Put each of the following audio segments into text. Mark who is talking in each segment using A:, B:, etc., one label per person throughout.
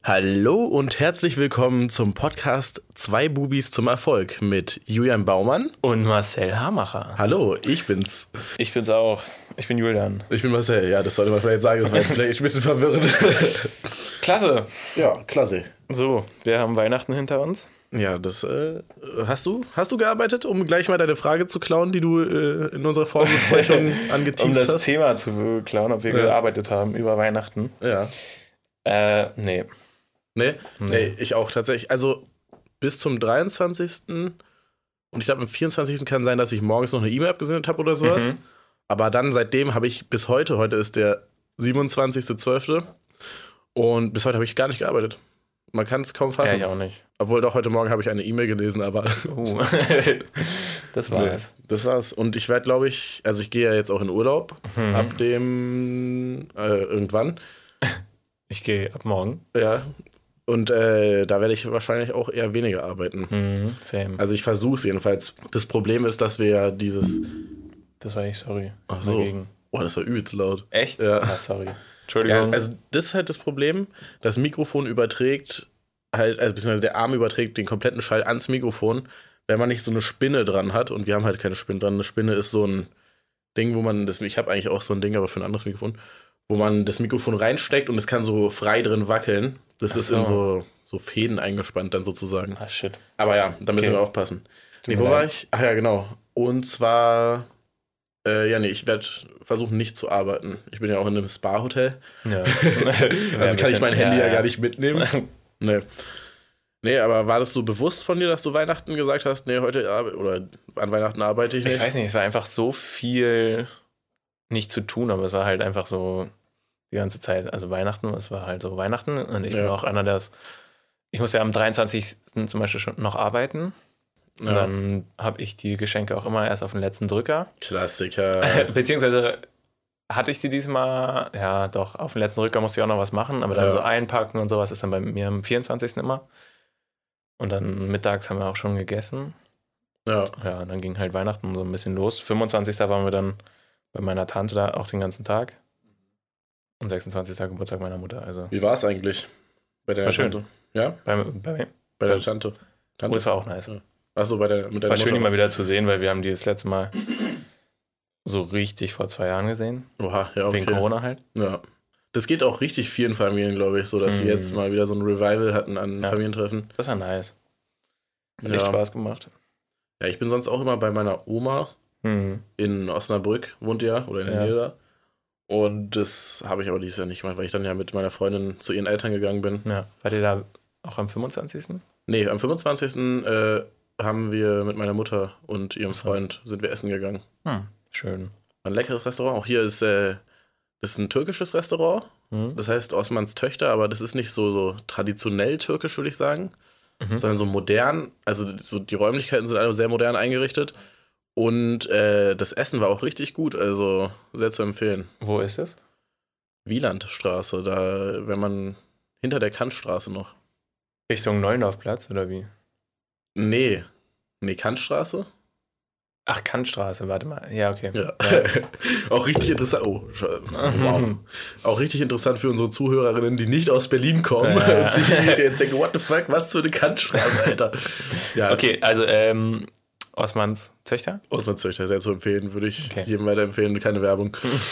A: Hallo und herzlich willkommen zum Podcast Zwei Bubis zum Erfolg mit Julian Baumann
B: und Marcel Hamacher.
A: Hallo, ich bin's.
B: Ich bin's auch. Ich bin Julian.
A: Ich bin Marcel, ja, das sollte man vielleicht sagen, das war jetzt vielleicht ein bisschen verwirrend.
B: Klasse.
A: Ja, klasse.
B: So, wir haben Weihnachten hinter uns.
A: Ja, das hast du gearbeitet, um gleich mal deine Frage zu klauen, die du in unserer Vorbesprechung angeteased hast?
B: Um das Thema zu klauen, ob wir gearbeitet haben über Weihnachten.
A: Ja.
B: Nee.
A: Nee, ich auch tatsächlich. Also bis zum 23. Und ich glaube, am 24. kann sein, dass ich morgens noch eine E-Mail abgesendet habe oder sowas.
B: Mhm.
A: Aber dann seitdem habe ich bis heute ist der 27.12. Und bis heute habe ich gar nicht gearbeitet. Man kann es kaum fassen.
B: Ja, ich auch nicht.
A: Obwohl doch heute Morgen habe ich eine E-Mail gelesen, aber
B: das war's.
A: Das war's. Und ich werde, glaube ich, also ich gehe ja jetzt auch in Urlaub ab dem irgendwann.
B: Ich gehe ab morgen.
A: Ja. Und da werde ich wahrscheinlich auch eher weniger arbeiten.
B: Same.
A: Also ich versuche es jedenfalls. Das Problem ist, dass wir ja dieses...
B: Das war ich, sorry.
A: Ach so. Oh, das war übelst laut.
B: Echt?
A: Ja.
B: Ah, sorry. Entschuldigung.
A: Ja, also das ist halt das Problem. Das Mikrofon überträgt halt, also beziehungsweise der Arm überträgt den kompletten Schall ans Mikrofon, wenn man nicht so eine Spinne dran hat. Und wir haben halt keine Spinne dran. Eine Spinne ist so ein Ding, wo man das... Ich habe eigentlich auch so ein Ding, aber für ein anderes Mikrofon. Wo man das Mikrofon reinsteckt und es kann so frei drin wackeln. Das ist in so Fäden eingespannt dann sozusagen.
B: Ah, shit.
A: Aber ja, da müssen wir aufpassen. Nee, wo war ich? Ach ja, genau. Und zwar, ich werde versuchen, nicht zu arbeiten. Ich bin ja auch in einem Spa-Hotel.
B: Ja.
A: Also kann ich mein Handy ja gar nicht mitnehmen. Nee, aber war das so bewusst von dir, dass du Weihnachten gesagt hast, nee, heute oder an Weihnachten arbeite ich nicht?
B: Ich weiß nicht, es war einfach so viel nicht zu tun, aber es war halt einfach so die ganze Zeit, also Weihnachten, es war halt so Weihnachten und ich bin auch einer, ich muss ja am 23. zum Beispiel schon noch arbeiten. Und dann habe ich die Geschenke auch immer erst auf den letzten Drücker.
A: Klassiker.
B: Beziehungsweise hatte ich die diesmal, ja doch, auf den letzten Drücker musste ich auch noch was machen, aber dann so einpacken und sowas ist dann bei mir am 24. immer. Und dann mittags haben wir auch schon gegessen. Ja, und dann ging halt Weihnachten so ein bisschen los. 25. waren wir dann bei meiner Tante da auch den ganzen Tag. Und 26. Geburtstag meiner Mutter. Also.
A: Wie war es eigentlich bei der Tante? Ja? Bei der Tante.
B: Oh, das war auch nice.
A: Ja. Achso, mit deiner Mutter.
B: War schön, die mal wieder zu sehen, weil wir haben die das letzte Mal so richtig vor 2 Jahren gesehen.
A: Oha, ja, okay.
B: Wegen Corona halt.
A: Ja. Das geht auch richtig vielen Familien, glaube ich, so, dass sie jetzt mal wieder so ein Revival hatten an Familientreffen.
B: Das war nice. Hat echt Spaß gemacht.
A: Ja, ich bin sonst auch immer bei meiner Oma in Osnabrück, wohnt ja, oder in der Nähe da. Und das habe ich aber dieses Jahr nicht gemacht, weil ich dann ja mit meiner Freundin zu ihren Eltern gegangen bin.
B: Ja. Wart ihr da auch am 25.? Nee,
A: am 25. Haben wir mit meiner Mutter und ihrem Freund sind wir essen gegangen.
B: Schön.
A: Ein leckeres Restaurant. Auch hier ist das ist ein türkisches Restaurant. Das heißt Osmans Töchter, aber das ist nicht so traditionell türkisch, würde ich sagen. Sondern so modern. Also so die Räumlichkeiten sind alle sehr modern eingerichtet. Und das Essen war auch richtig gut, also sehr zu empfehlen.
B: Wo ist es?
A: Wielandstraße, da, wenn man hinter der Kantstraße noch.
B: Richtung Neuendorfplatz oder wie?
A: Nee, Kantstraße.
B: Ach, Kantstraße, warte mal. Ja, okay.
A: Ja. Auch richtig interessant. Oh, wow. Auch richtig interessant für unsere Zuhörerinnen, die nicht aus Berlin kommen und sich jetzt denken, what the fuck, was für eine Kantstraße, Alter. Ja.
B: Okay, also Osmans Töchter?
A: Osmans Töchter, sehr zu empfehlen, würde ich jedem weiterempfehlen, keine Werbung.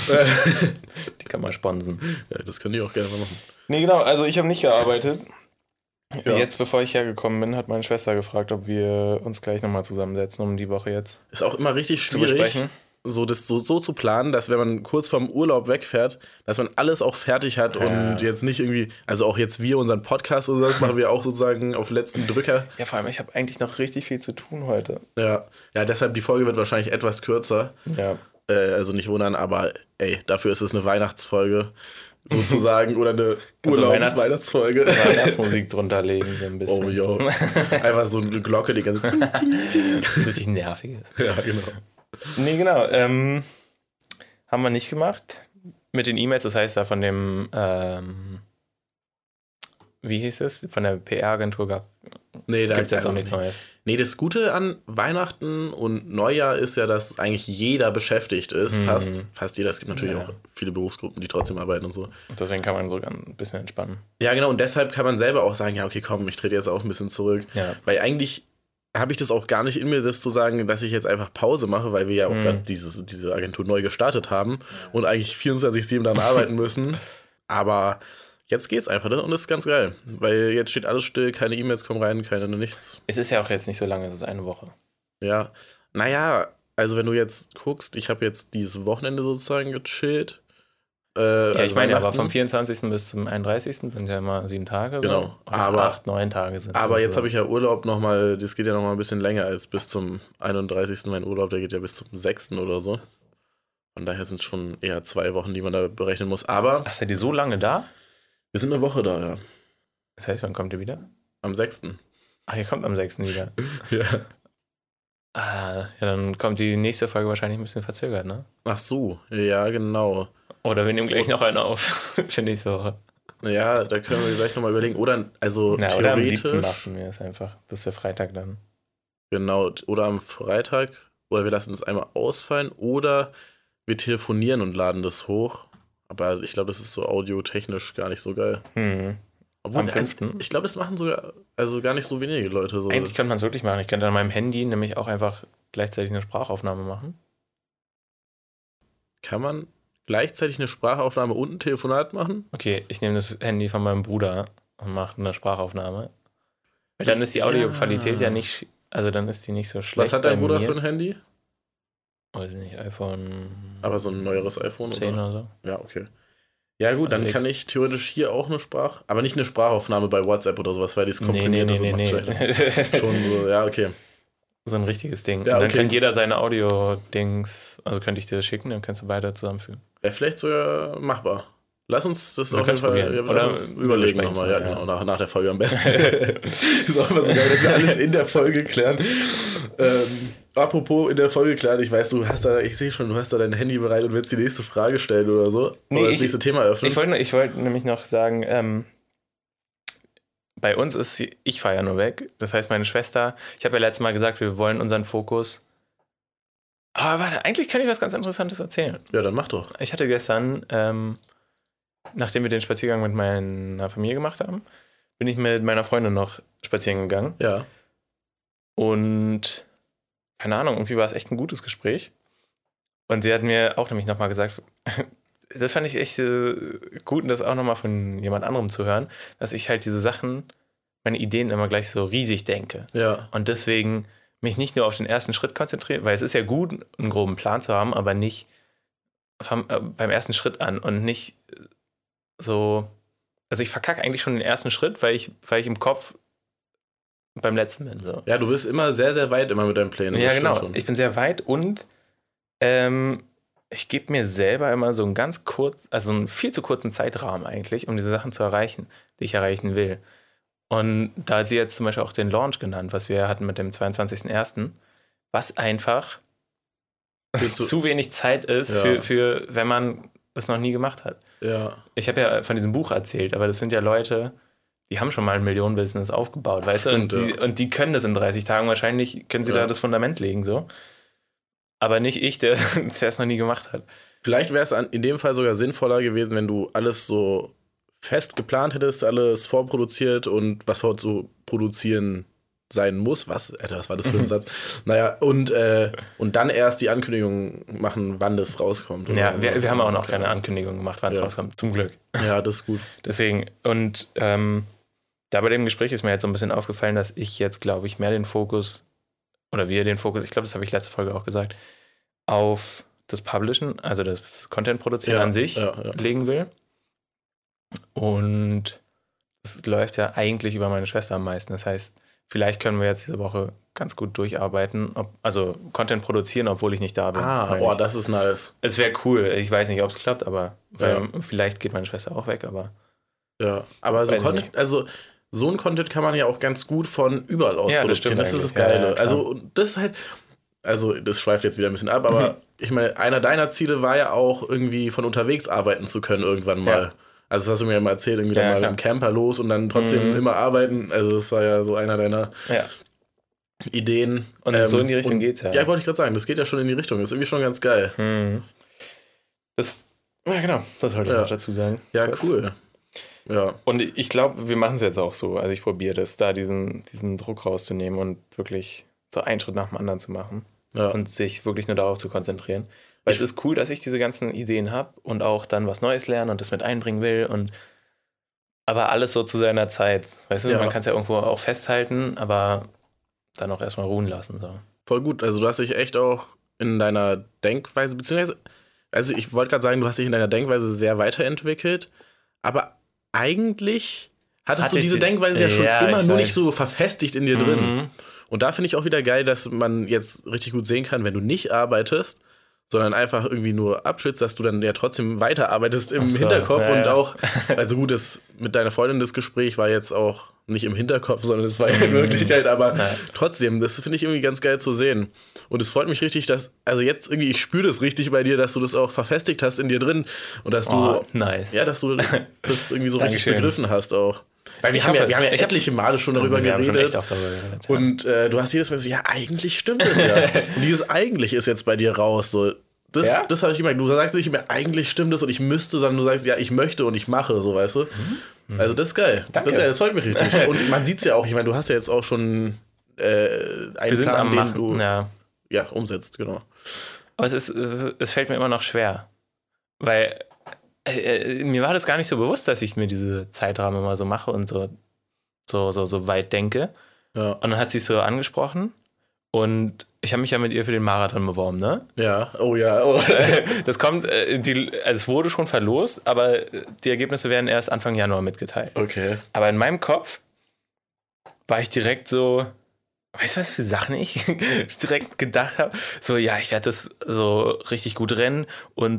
B: Die kann man sponsen.
A: Ja, das können die auch gerne mal machen.
B: Nee, genau, also ich habe nicht gearbeitet. Ja. Jetzt, bevor ich hergekommen bin, hat meine Schwester gefragt, ob wir uns gleich nochmal zusammensetzen, um die Woche jetzt
A: ist auch immer richtig schwierig, so zu planen, dass wenn man kurz vorm Urlaub wegfährt, dass man alles auch fertig hat und jetzt nicht irgendwie, also auch jetzt wir unseren Podcast oder so, das machen wir auch sozusagen auf letzten Drücker.
B: Ja, vor allem, ich habe eigentlich noch richtig viel zu tun heute.
A: Ja, deshalb die Folge wird wahrscheinlich etwas kürzer. Ja. Also nicht wundern, aber dafür ist es eine Weihnachtsfolge. Sozusagen, oder eine Urlaubs-Weihnachtsfolge.
B: Weihnachtsmusik drunter legen, so ein bisschen.
A: Oh, jo. Einfach so eine Glocke, die ganze Zeit.
B: Das richtig nervig ist.
A: Ja, genau.
B: Nee, genau. Haben wir nicht gemacht. Mit den E-Mails, das heißt da von dem, wie hieß es? Von der PR-Agentur
A: Nee, da
B: gibt es jetzt
A: also
B: auch nichts Neues.
A: Nee, das Gute an Weihnachten und Neujahr ist ja, dass eigentlich jeder beschäftigt ist. Fast jeder. Es gibt natürlich auch viele Berufsgruppen, die trotzdem arbeiten und so.
B: Und deswegen kann man sogar ein bisschen entspannen.
A: Ja, genau. Und deshalb kann man selber auch sagen, ja, okay, komm, ich trete jetzt auch ein bisschen zurück.
B: Ja.
A: Weil eigentlich habe ich das auch gar nicht in mir, das zu sagen, dass ich jetzt einfach Pause mache, weil wir ja auch gerade diese Agentur neu gestartet haben und eigentlich 24/7 dann arbeiten müssen. Aber jetzt geht's einfach, ne? Und das ist ganz geil, weil jetzt steht alles still, keine E-Mails kommen rein, keine nichts.
B: Es ist ja auch jetzt nicht so lange, es ist eine Woche.
A: Ja, naja, also wenn du jetzt guckst, ich habe jetzt dieses Wochenende sozusagen gechillt.
B: Ja,
A: also
B: ich meine, aber
A: Weihnachten.
B: vom 24. bis zum 31. sind ja immer 7 Tage.
A: Genau,
B: So.
A: aber
B: 8, 9 Tage sind es.
A: Aber jetzt habe ich ja Urlaub nochmal, das geht ja nochmal ein bisschen länger als bis zum 31. Mein Urlaub, der geht ja bis zum 6. oder so. Von daher sind es schon eher 2 Wochen, die man da berechnen muss. Aber
B: Ach, seid ihr so lange da?
A: wir sind eine Woche da, ja.
B: Das heißt, wann kommt ihr wieder?
A: Am 6.
B: Ach, ihr kommt am 6. wieder.
A: Ja.
B: Ja, dann kommt die nächste Folge wahrscheinlich ein bisschen verzögert, ne?
A: Ach so, ja, genau.
B: Oder wir nehmen gleich noch einen auf. Finde ich so.
A: Ja, da können wir gleich nochmal überlegen. Oder, also
B: Oder am 7.
A: theoretisch.
B: machen wir es einfach. Das ist der Freitag dann.
A: Genau, oder am Freitag. Oder wir lassen es einmal ausfallen. Oder wir telefonieren und laden das hoch. Aber ich glaube, das ist so audiotechnisch gar nicht so geil. Obwohl,
B: Am 5.
A: Ich glaube, das machen sogar gar nicht so wenige Leute. So.
B: Eigentlich könnte man es wirklich machen. Ich könnte an meinem Handy nämlich auch einfach gleichzeitig eine Sprachaufnahme machen.
A: Kann man gleichzeitig eine Sprachaufnahme und ein Telefonat machen?
B: Okay, ich nehme das Handy von meinem Bruder und mache eine Sprachaufnahme. Weil dann ist die Audioqualität ja nicht, also dann ist die nicht so schlecht.
A: Was hat dein Bruder für ein Handy?
B: Weiß ich nicht, iPhone.
A: Aber so ein neueres iPhone
B: 10
A: oder
B: so.
A: Ja, okay. Ja gut,
B: Also
A: dann kann ich theoretisch hier auch aber nicht eine Sprachaufnahme bei WhatsApp oder sowas, weil die es komprimiert
B: Nee.
A: Schon so, ja, okay.
B: So ein richtiges Ding.
A: Ja,
B: und dann
A: okay.
B: kann jeder seine Audio-Dings, also könnte ich dir das schicken, dann kannst du beide zusammenfügen.
A: Wäre vielleicht sogar machbar. Lass uns das
B: Wir
A: auf jeden Fall
B: probieren.
A: oder
B: Oder
A: überlegen
B: wir
A: nochmal. Ja,
B: ja.
A: genau, nach der Folge am besten. Ist auch immer so geil, dass wir alles in der Folge klären. Apropos in der Folge klären, ich weiß, ich sehe schon, du hast da dein Handy bereit und willst die nächste Frage stellen oder so. Oder das nächste Thema öffnen.
B: Ich wollte nämlich noch sagen, bei uns ist, ich fahre ja nur weg. Das heißt, meine Schwester, ich habe ja letztes Mal gesagt, wir wollen unseren Fokus. Aber warte, eigentlich kann ich was ganz Interessantes erzählen.
A: Ja, dann mach doch.
B: Ich hatte gestern, nachdem wir den Spaziergang mit meiner Familie gemacht haben, bin ich mit meiner Freundin noch spazieren gegangen.
A: Ja.
B: Und keine Ahnung, irgendwie war es echt ein gutes Gespräch. Und sie hat mir auch nämlich nochmal gesagt, das fand ich echt gut, und das auch nochmal von jemand anderem zu hören, dass ich halt diese Sachen, meine Ideen immer gleich so riesig denke.
A: Ja.
B: Und deswegen mich nicht nur auf den ersten Schritt konzentriere, weil es ist ja gut, einen groben Plan zu haben, aber nicht beim ersten Schritt an und nicht so, also ich verkacke eigentlich schon den ersten Schritt, weil ich im Kopf beim letzten bin. So.
A: Ja, du bist immer sehr, sehr weit immer mit deinen Plänen.
B: Ja,
A: Das stimmt
B: genau.
A: schon.
B: Ich bin sehr weit und ich gebe mir selber immer so einen viel zu kurzen Zeitrahmen eigentlich, um diese Sachen zu erreichen, die ich erreichen will. Und da hat sie jetzt zum Beispiel auch den Launch genannt, was wir hatten mit dem 22.01., was einfach zu wenig Zeit ist für, wenn man das noch nie gemacht hat.
A: Ja.
B: Ich habe ja von diesem Buch erzählt, aber das sind ja Leute, die haben schon mal ein Millionen-Business aufgebaut, weißt du? Und die können das in 30 Tagen, wahrscheinlich können sie da das Fundament legen, so. Aber nicht ich, der es noch nie gemacht hat.
A: Vielleicht wäre es in dem Fall sogar sinnvoller gewesen, wenn du alles so fest geplant hättest, alles vorproduziert und was zu produzieren sein muss. Was war das für ein Satz? Naja, und dann erst die Ankündigung machen, wann das rauskommt.
B: Ja, wir haben auch noch keine Ankündigung gemacht, wann es rauskommt. Zum Glück.
A: Ja, das ist gut.
B: Deswegen, und da bei dem Gespräch ist mir jetzt so ein bisschen aufgefallen, dass ich jetzt, glaube ich, mehr den Fokus, oder wir den Fokus, ich glaube, das habe ich letzte Folge auch gesagt, auf das Publishen, also das Content-Produzieren an sich legen will. Und es läuft ja eigentlich über meine Schwester am meisten. Das heißt, vielleicht können wir jetzt diese Woche ganz gut durcharbeiten, also Content produzieren, obwohl ich nicht da bin.
A: Das ist nice.
B: Es wäre cool. Ich weiß nicht, ob es klappt, aber vielleicht geht meine Schwester auch weg, aber.
A: Ja, aber so so ein Content kann man ja auch ganz gut von überall aus produzieren. Das ist das Geile. Das ist halt. Also, das schweift jetzt wieder ein bisschen ab, aber ich meine, einer deiner Ziele war ja auch irgendwie von unterwegs arbeiten zu können irgendwann mal. Also das hast du mir ja mal erzählt, irgendwie dann mal mit dem Camper los und dann trotzdem immer arbeiten. Also das war ja so einer deiner Ideen.
B: Und so in die Richtung geht's ja.
A: Ja, wollte ich gerade sagen, das geht ja schon in die Richtung. Das ist irgendwie schon ganz geil.
B: Ja, genau, das wollte ich auch dazu sagen.
A: Ja, kurz. Cool. Ja.
B: Und ich glaube, wir machen es jetzt auch so. Also ich probiere das, da diesen Druck rauszunehmen und wirklich so einen Schritt nach dem anderen zu machen. Ja. Und sich wirklich nur darauf zu konzentrieren. Weil es ist cool, dass ich diese ganzen Ideen habe und auch dann was Neues lernen und das mit einbringen will. Aber alles so zu seiner Zeit. Weißt du, man kann es ja irgendwo auch festhalten, aber dann auch erstmal ruhen lassen. So.
A: Voll gut. Also du hast dich echt auch in deiner Denkweise, beziehungsweise, also ich wollte gerade sagen, du hast dich in deiner Denkweise sehr weiterentwickelt, aber eigentlich hattest du diese Denkweise ja schon immer nur nicht so verfestigt in dir drin. Und da finde ich auch wieder geil, dass man jetzt richtig gut sehen kann, wenn du nicht arbeitest, sondern einfach irgendwie nur abschützt, dass du dann ja trotzdem weiterarbeitest im Hinterkopf und auch, also gut, das mit deiner Freundin das Gespräch war jetzt auch nicht im Hinterkopf, sondern es war ja in Wirklichkeit, aber trotzdem, das finde ich irgendwie ganz geil zu sehen. Und es freut mich richtig, dass, also jetzt irgendwie, ich spüre das richtig bei dir, dass du das auch verfestigt hast in dir drin und dass du, dass du das irgendwie so richtig begriffen hast auch. Weil wir haben ja etliche Male schon darüber geredet. Und du hast jedes Mal so, ja, eigentlich stimmt es ja. Und dieses eigentlich ist jetzt bei dir raus. So. Das habe ich gemerkt. Du sagst nicht mehr, eigentlich stimmt es und ich müsste, sondern du sagst, ja, ich möchte und ich mache, so, weißt du. Also das ist geil.
B: Danke.
A: Das freut mich richtig. Und man sieht es ja auch, ich meine, du hast ja jetzt auch schon einen Plan, den du umsetzt, genau.
B: Aber es fällt mir immer noch schwer. Weil mir war das gar nicht so bewusst, dass ich mir diese Zeitrahmen immer so mache und so weit denke. Ja. Und dann hat sie es so angesprochen und ich habe mich ja mit ihr für den Marathon beworben, ne?
A: Ja, oh.
B: Das kommt, also es wurde schon verlost, aber die Ergebnisse werden erst Anfang Januar mitgeteilt.
A: Okay.
B: Aber in meinem Kopf war ich direkt so, weißt du, was für Sachen ich direkt gedacht habe? So, ja, ich werde das so richtig gut rennen und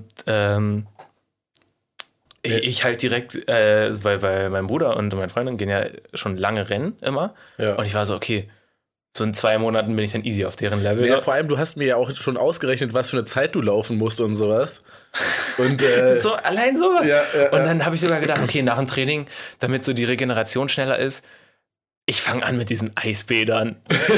B: ich halt direkt, weil mein Bruder und meine Freundin gehen ja schon lange rennen immer. Ja. Und ich war so, okay, so in 2 Monaten bin ich dann easy auf deren Level.
A: Ja, vor allem, du hast mir ja auch schon ausgerechnet, was für eine Zeit du laufen musst und sowas. Und
B: so, allein sowas. Ja, und dann habe ich sogar gedacht, okay, nach dem Training, damit so die Regeneration schneller ist, ich fange an mit diesen Eisbädern.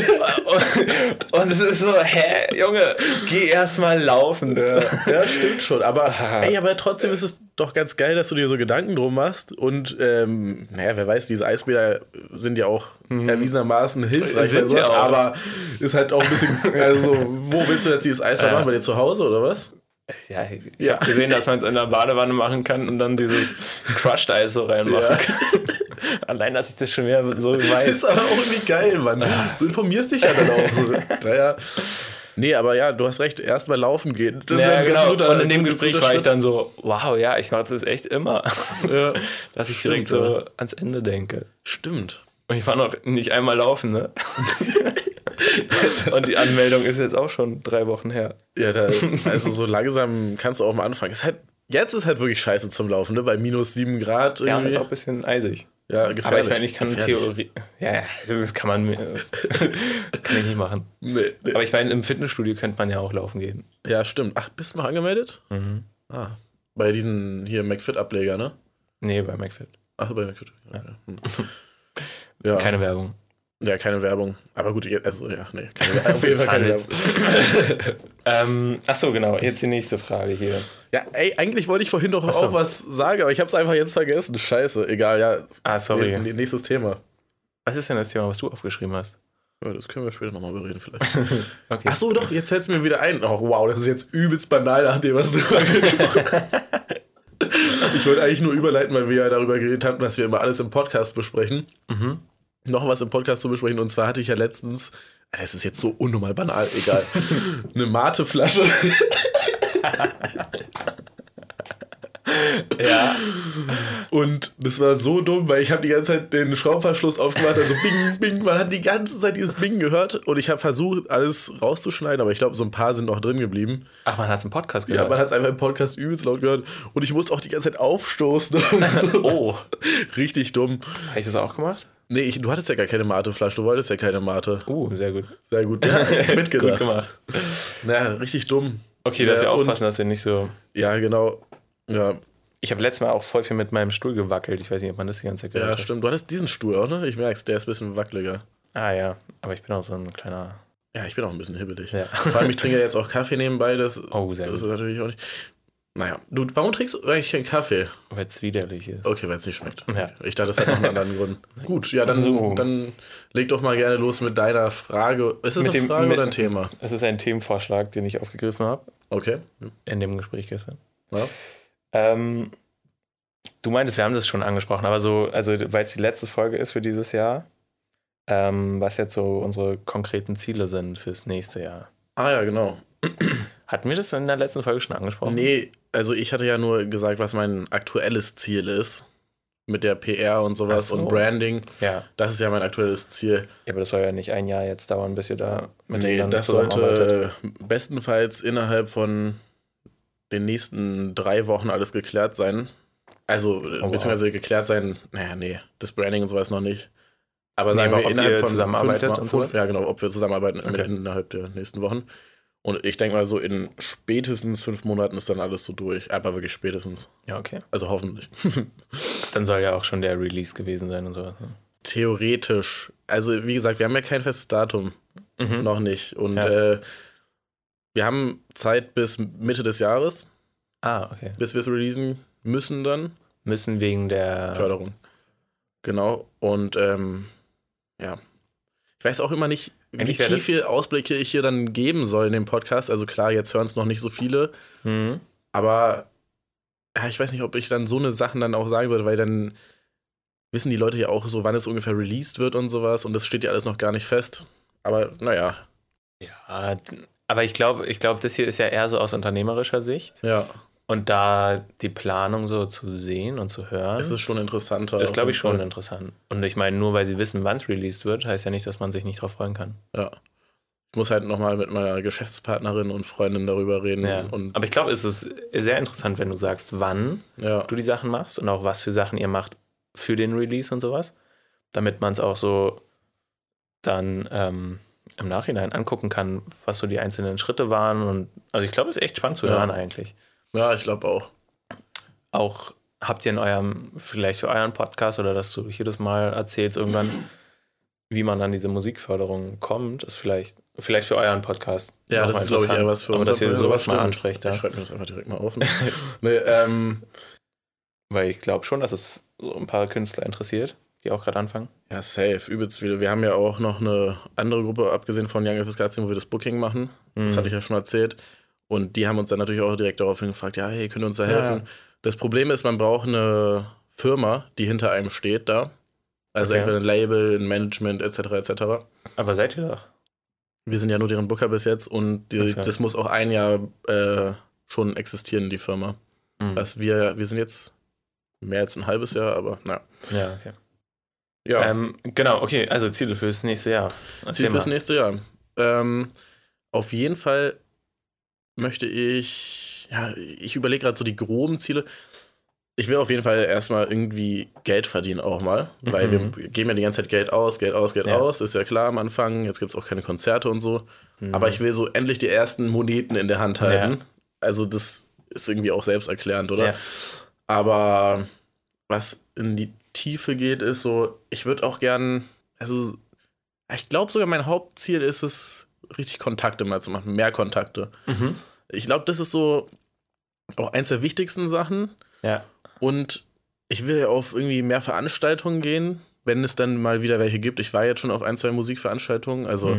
B: und es ist so, Junge, geh erst mal laufen.
A: Ja, stimmt schon. Aber trotzdem ist es doch ganz geil, dass du dir so Gedanken drum machst. Und wer weiß, diese Eisbäder sind ja auch erwiesenermaßen hilfreich. Aber ist halt auch ein bisschen, also wo willst du jetzt dieses Eisbad machen? Bei dir zu Hause oder was?
B: Ja, ich habe gesehen, dass man es in der Badewanne machen kann und dann dieses Crushed Eis so reinmachen kann. Allein, dass ich das schon wieder so weiß.
A: Das ist aber auch irgendwie geil, Mann. Du informierst dich ja dann auch so. Naja. Nee, aber ja, du hast recht, erst mal laufen gehen.
B: Das ja, genau. Und in dem Gespräch war ich dann so, wow, ja, ich mache das echt immer. Ja. Dass ich direkt so ans Ende denke.
A: Stimmt.
B: Und ich war noch nicht einmal laufen, ne? Und die Anmeldung ist jetzt auch schon 3 Wochen her.
A: Ja, also so langsam kannst du auch mal anfangen. Jetzt ist halt wirklich scheiße zum Laufen, ne? Bei minus 7 Grad.
B: Irgendwie. Ja, und ist auch ein bisschen eisig.
A: Ja, gefährlich.
B: Aber ich meine, ich kann Theorie. Ja, das kann ich nicht machen. Nee. Aber ich meine, im Fitnessstudio könnte man ja auch laufen gehen.
A: Ja, stimmt. Ach, bist du noch angemeldet? Mhm. Bei diesen hier McFit-Ableger, ne?
B: Nee, bei McFit.
A: Ach, bei McFit.
B: Ja. Keine Werbung.
A: Ja, keine Werbung. Aber gut, also ja, nee. Auf jeden Fall keine
B: Werbung. Achso, genau. Jetzt die nächste Frage hier.
A: Ja, eigentlich wollte ich vorhin doch auch was sagen, aber ich habe es einfach jetzt vergessen. Scheiße, egal, ja.
B: Sorry.
A: Nächstes Thema.
B: Was ist denn das Thema, was du aufgeschrieben hast?
A: Ja, das können wir später nochmal bereden vielleicht. Okay. Achso, doch, jetzt fällt es mir wieder ein. Oh, wow, das ist jetzt übelst banal nach dem, was du angesprochen hast. Ich wollte eigentlich nur überleiten, weil wir ja darüber geredet haben, dass wir immer alles im Podcast besprechen. Mhm. Noch was im Podcast zu besprechen. Und zwar hatte ich ja letztens, das ist jetzt so unnormal banal, egal, eine Mateflasche. Ja. Und das war so dumm, weil ich habe die ganze Zeit den Schraubverschluss aufgemacht, also bing, bing, man hat die ganze Zeit dieses Bing gehört und ich habe versucht, alles rauszuschneiden, aber ich glaube, so ein paar sind noch drin geblieben.
B: Ach, man hat es im Podcast gehört?
A: Ja, man hat es einfach im Podcast übelst laut gehört und ich musste auch die ganze Zeit aufstoßen.
B: Oh.
A: Richtig dumm.
B: Habe ich das auch gemacht?
A: Nee, du hattest ja gar keine Mateflasche, du wolltest ja keine Mate.
B: Sehr gut.
A: Sehr gut. Ja, mitgedacht.
B: Gut gemacht.
A: Naja, richtig dumm.
B: Okay, dass wir aufpassen, dass wir nicht so...
A: Ja, genau. Ja,
B: Ich habe letztes Mal auch voll viel mit meinem Stuhl gewackelt. Ich weiß nicht, ob man das die ganze Zeit gehört hat.
A: Ja, stimmt. Du hattest diesen Stuhl, oder? Ich merk's, der ist ein bisschen wackeliger.
B: Ah ja, aber ich bin auch so ein kleiner...
A: Ja, ich bin auch ein bisschen hibbelig.
B: Ja.
A: Vor allem, ich trinke ja jetzt auch Kaffee nebenbei. Das ist
B: Sehr gut.
A: natürlich auch nicht... Naja, warum trinkst du eigentlich keinen Kaffee?
B: Weil es widerlich ist.
A: Okay, weil es nicht schmeckt.
B: Ja.
A: Ich dachte, das hat noch einen anderen Grund. Gut, ja, dann leg doch mal gerne los mit deiner Frage. Ist das eine Frage oder ein Thema?
B: Es ist ein Themenvorschlag, den ich aufgegriffen habe.
A: Okay.
B: In dem Gespräch gestern.
A: Ja.
B: Du meintest, wir haben das schon angesprochen, aber weil es die letzte Folge ist für dieses Jahr, was jetzt so unsere konkreten Ziele sind fürs nächste Jahr.
A: Ah ja, genau.
B: Hatten wir das in der letzten Folge schon angesprochen?
A: Nee, also ich hatte ja nur gesagt, was mein aktuelles Ziel ist. Mit der PR und sowas und Branding.
B: Ja.
A: Das ist ja mein aktuelles Ziel.
B: Ja, aber das soll ja nicht ein Jahr jetzt dauern, bis ihr da mit
A: denen das sollte bestenfalls innerhalb von den nächsten 3 Wochen alles geklärt sein. Also, beziehungsweise geklärt sein, das Branding und sowas noch nicht. Aber sagen wir innerhalb von
B: zusammenarbeitet
A: 5, ja genau, ob wir zusammenarbeiten innerhalb der nächsten Wochen. Und ich denke mal, so in spätestens 5 Monaten ist dann alles so durch. Aber wirklich spätestens.
B: Ja, okay.
A: Also hoffentlich.
B: Dann soll ja auch schon der Release gewesen sein und sowas. Ne?
A: Theoretisch. Also wie gesagt, wir haben ja kein festes Datum. Noch nicht. Und wir haben Zeit bis Mitte des Jahres.
B: Ah, okay.
A: Bis wir es releasen müssen dann.
B: Müssen wegen der
A: Förderung. Genau. Und ja. Ich weiß auch immer nicht, wie viel Ausblicke ich hier dann geben soll in dem Podcast. Also klar, jetzt hören es noch nicht so viele. Aber ja, ich weiß nicht, ob ich dann so eine Sachen dann auch sagen sollte, weil dann wissen die Leute ja auch so, wann es ungefähr released wird und sowas. Und das steht ja alles noch gar nicht fest. Aber naja.
B: Ja, aber ich glaube, das hier ist ja eher so aus unternehmerischer Sicht.
A: Ja.
B: Und da die Planung so zu sehen und zu hören.
A: Es ist schon interessanter.
B: Ist, glaube ich, schon interessant. Und ich meine, nur weil sie wissen, wann es released wird, heißt ja nicht, dass man sich nicht drauf freuen kann.
A: Ja. Ich muss halt nochmal mit meiner Geschäftspartnerin und Freundin darüber reden.
B: Ja. Aber ich glaube, es ist sehr interessant, wenn du sagst, wann du die Sachen machst und auch was für Sachen ihr macht für den Release und sowas. Damit man es auch so dann im Nachhinein angucken kann, was so die einzelnen Schritte waren. Und also ich glaube, es ist echt spannend zu hören eigentlich.
A: Ja, ich glaube auch.
B: Auch habt ihr vielleicht für euren Podcast oder dass du jedes Mal erzählst irgendwann, wie man an diese Musikförderung kommt, ist vielleicht für euren Podcast.
A: Ja, das ist, glaube ich, eher was für uns.
B: Aber dass ihr sowas mal ansprecht.
A: Ich schreibe mir das einfach direkt mal auf.
B: Weil ich glaube schon, dass es so ein paar Künstler interessiert, die auch gerade anfangen.
A: Ja, safe, übelst viele. Wir haben ja auch noch eine andere Gruppe, abgesehen von Young FSK, wo wir das Booking machen. Das hatte ich ja schon erzählt. Und die haben uns dann natürlich auch direkt daraufhin gefragt, ja, hey, könnt ihr uns da helfen? Ja. Das Problem ist, man braucht eine Firma, die hinter einem steht da. Also entweder ein Label, ein Management, etc., etc.
B: Aber seid ihr doch?
A: Wir sind ja nur deren Booker bis jetzt und das muss auch ein Jahr schon existieren, die Firma. Was wir sind jetzt mehr als ein halbes Jahr, aber naja.
B: Ja, okay. Ja. Genau, okay, also Ziele fürs nächste Jahr.
A: Ziele fürs nächste Jahr. Auf jeden Fall möchte ich überlege gerade so die groben Ziele. Ich will auf jeden Fall erstmal irgendwie Geld verdienen auch mal, weil wir geben ja die ganze Zeit Geld aus, ist ja klar am Anfang, jetzt gibt es auch keine Konzerte und so, aber ich will so endlich die ersten Moneten in der Hand halten. Ja. Also das ist irgendwie auch selbsterklärend, oder? Ja. Aber was in die Tiefe geht, ist so, ich würde auch gern, also ich glaube sogar mein Hauptziel ist es, richtig Kontakte mal zu machen, mehr Kontakte. Ich glaube, das ist so auch eins der wichtigsten Sachen.
B: Ja.
A: Und ich will auf irgendwie mehr Veranstaltungen gehen, wenn es dann mal wieder welche gibt. Ich war jetzt schon auf 1, 2 Musikveranstaltungen, also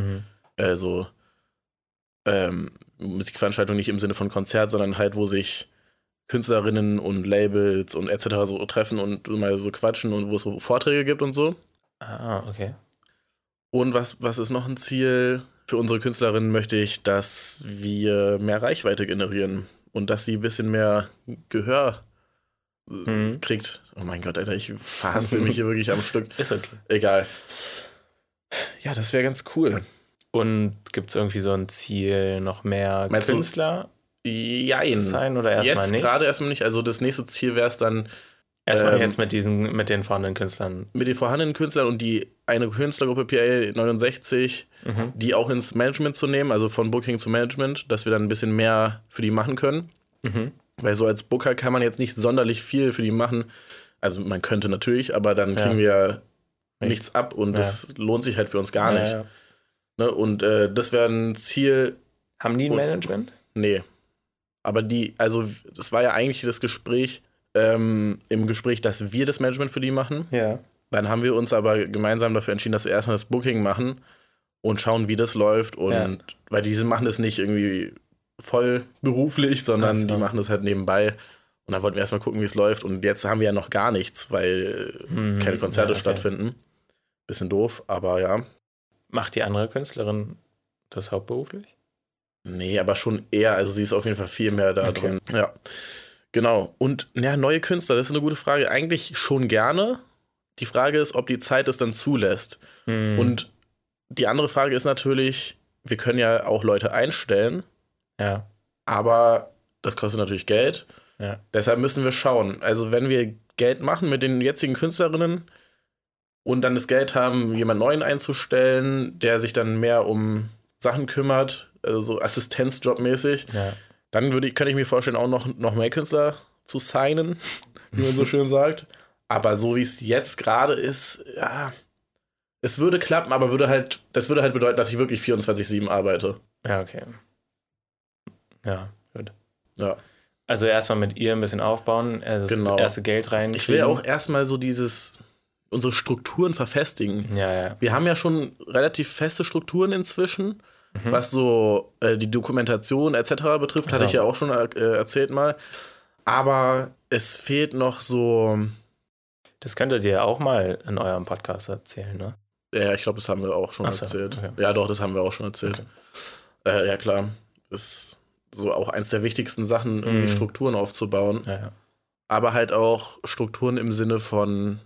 A: Musikveranstaltungen nicht im Sinne von Konzert, sondern halt, wo sich Künstlerinnen und Labels und etc. so treffen und mal so quatschen und wo es so Vorträge gibt und so.
B: Ah, okay.
A: Und was ist noch ein Ziel? Für unsere Künstlerinnen möchte ich, dass wir mehr Reichweite generieren und dass sie ein bisschen mehr Gehör kriegt. Oh mein Gott, Alter, ich verhaspel mich hier wirklich am Stück.
B: Ist okay.
A: Egal. Ja, das wäre ganz cool.
B: Und gibt es irgendwie so ein Ziel, noch mehr Künstler
A: zu
B: sein oder erstmal nicht?
A: Jetzt gerade erstmal nicht. Also das nächste Ziel wäre es dann
B: erstmal jetzt mit den vorhandenen Künstlern.
A: Mit den vorhandenen Künstlern und die eine Künstlergruppe PA 69, die auch ins Management zu nehmen, also von Booking zu Management, dass wir dann ein bisschen mehr für die machen können. Weil so als Booker kann man jetzt nicht sonderlich viel für die machen. Also man könnte natürlich, aber dann kriegen wir nichts ab und das lohnt sich halt für uns gar nicht.
B: Ja.
A: Ne? Und das wäre ein Ziel.
B: Haben die ein Management?
A: Nee. Aber das war ja eigentlich das Gespräch, im Gespräch, dass wir das Management für die machen.
B: Ja.
A: Dann haben wir uns aber gemeinsam dafür entschieden, dass wir erstmal das Booking machen und schauen, wie das läuft. Und weil die machen das nicht irgendwie voll beruflich, sondern die machen das halt nebenbei. Und dann wollten wir erstmal gucken, wie es läuft. Und jetzt haben wir ja noch gar nichts, weil keine Konzerte stattfinden. Bisschen doof, aber ja.
B: Macht die andere Künstlerin das hauptberuflich?
A: Nee, aber schon eher. Also sie ist auf jeden Fall viel mehr da drin. Ja, genau. Und neue Künstler, das ist eine gute Frage. Eigentlich schon gerne. Die Frage ist, ob die Zeit es dann zulässt. Und die andere Frage ist natürlich, wir können ja auch Leute einstellen.
B: Ja.
A: Aber das kostet natürlich Geld.
B: Ja.
A: Deshalb müssen wir schauen. Also wenn wir Geld machen mit den jetzigen Künstlerinnen und dann das Geld haben, jemand Neuen einzustellen, der sich dann mehr um Sachen kümmert, also so Assistenzjobmäßig, dann könnte ich mir vorstellen, auch noch mehr Künstler zu signen, wie man so schön sagt. Aber so wie es jetzt gerade ist, ja, es würde klappen, aber das würde halt bedeuten, dass ich wirklich 24/7 arbeite.
B: Ja, okay. Ja, gut.
A: Ja.
B: Also erstmal mit ihr ein bisschen aufbauen, das erste Geld rein.
A: Ich will auch erstmal so unsere Strukturen verfestigen.
B: Ja.
A: Wir haben ja schon relativ feste Strukturen inzwischen, was so die Dokumentation etc. betrifft, hatte ich ja auch schon erzählt mal. Aber es fehlt noch so.
B: Das könntet ihr ja auch mal in eurem Podcast erzählen, ne?
A: Ja, ich glaube, das haben wir auch schon erzählt. Okay. Ja, doch, das haben wir auch schon erzählt. Okay. Ja, klar. Das ist so auch eins der wichtigsten Sachen, irgendwie Strukturen aufzubauen.
B: Ja.
A: Aber halt auch Strukturen im Sinne von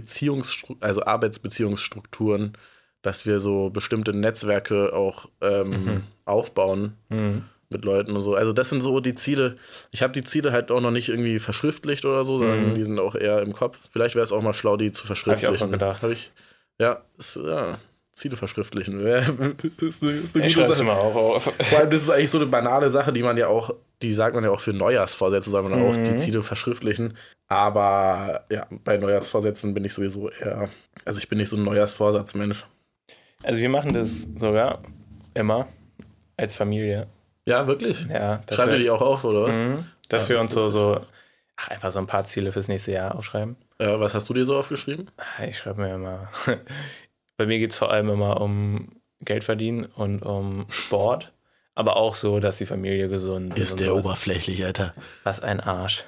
A: also Arbeitsbeziehungsstrukturen, dass wir so bestimmte Netzwerke auch aufbauen mit Leuten und so. Also das sind so die Ziele. Ich habe die Ziele halt auch noch nicht irgendwie verschriftlicht oder so, sondern die sind auch eher im Kopf. Vielleicht wäre es auch mal schlau, die zu verschriftlichen.
B: Habe ich auch schon gedacht.
A: Ziele verschriftlichen. Das ist eine gute
B: ich
A: Sache.
B: Immer auch auf.
A: Vor allem, das ist eigentlich so eine banale Sache, die sagt man ja auch für Neujahrsvorsätze, soll man auch die Ziele verschriftlichen. Aber ja, bei Neujahrsvorsätzen bin ich sowieso ich bin nicht so ein Neujahrsvorsatzmensch.
B: Also wir machen das sogar immer als Familie.
A: Ja, wirklich?
B: Ja.
A: Schreibt ihr die auch auf, oder was?
B: Dass wir uns einfach so ein paar Ziele fürs nächste Jahr aufschreiben.
A: Was hast du dir so aufgeschrieben?
B: Ich schreibe mir immer. Bei mir geht es vor allem immer um Geld verdienen und um Sport. Aber auch so, dass die Familie gesund
A: ist. Ist der oberflächlich, Alter.
B: Was ein Arsch.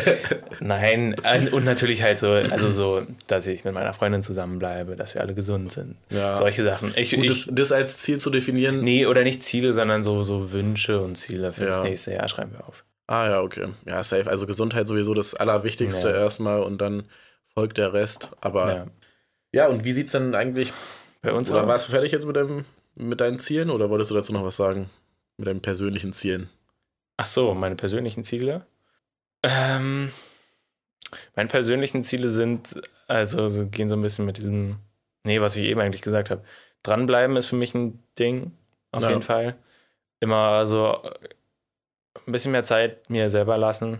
B: Nein, und natürlich halt so, dass ich mit meiner Freundin zusammenbleibe, dass wir alle gesund sind. Ja. Solche Sachen.
A: Das als Ziel zu definieren?
B: Nee, oder nicht Ziele, sondern so Wünsche und Ziele für das nächste Jahr schreiben wir auf.
A: Ah ja, okay. Ja, safe. Also Gesundheit sowieso das Allerwichtigste erstmal und dann folgt der Rest. Aber ja, und wie sieht's denn eigentlich
B: bei uns
A: aus?
B: Oder
A: warst du fertig jetzt mit deinen Zielen oder wolltest du dazu noch was sagen? Mit deinen persönlichen Zielen?
B: Ach so, meine persönlichen Ziele? Meine persönlichen Ziele gehen so ein bisschen mit diesem, was ich eben eigentlich gesagt habe. Dranbleiben ist für mich ein Ding, auf jeden Fall. Immer so ein bisschen mehr Zeit mir selber lassen.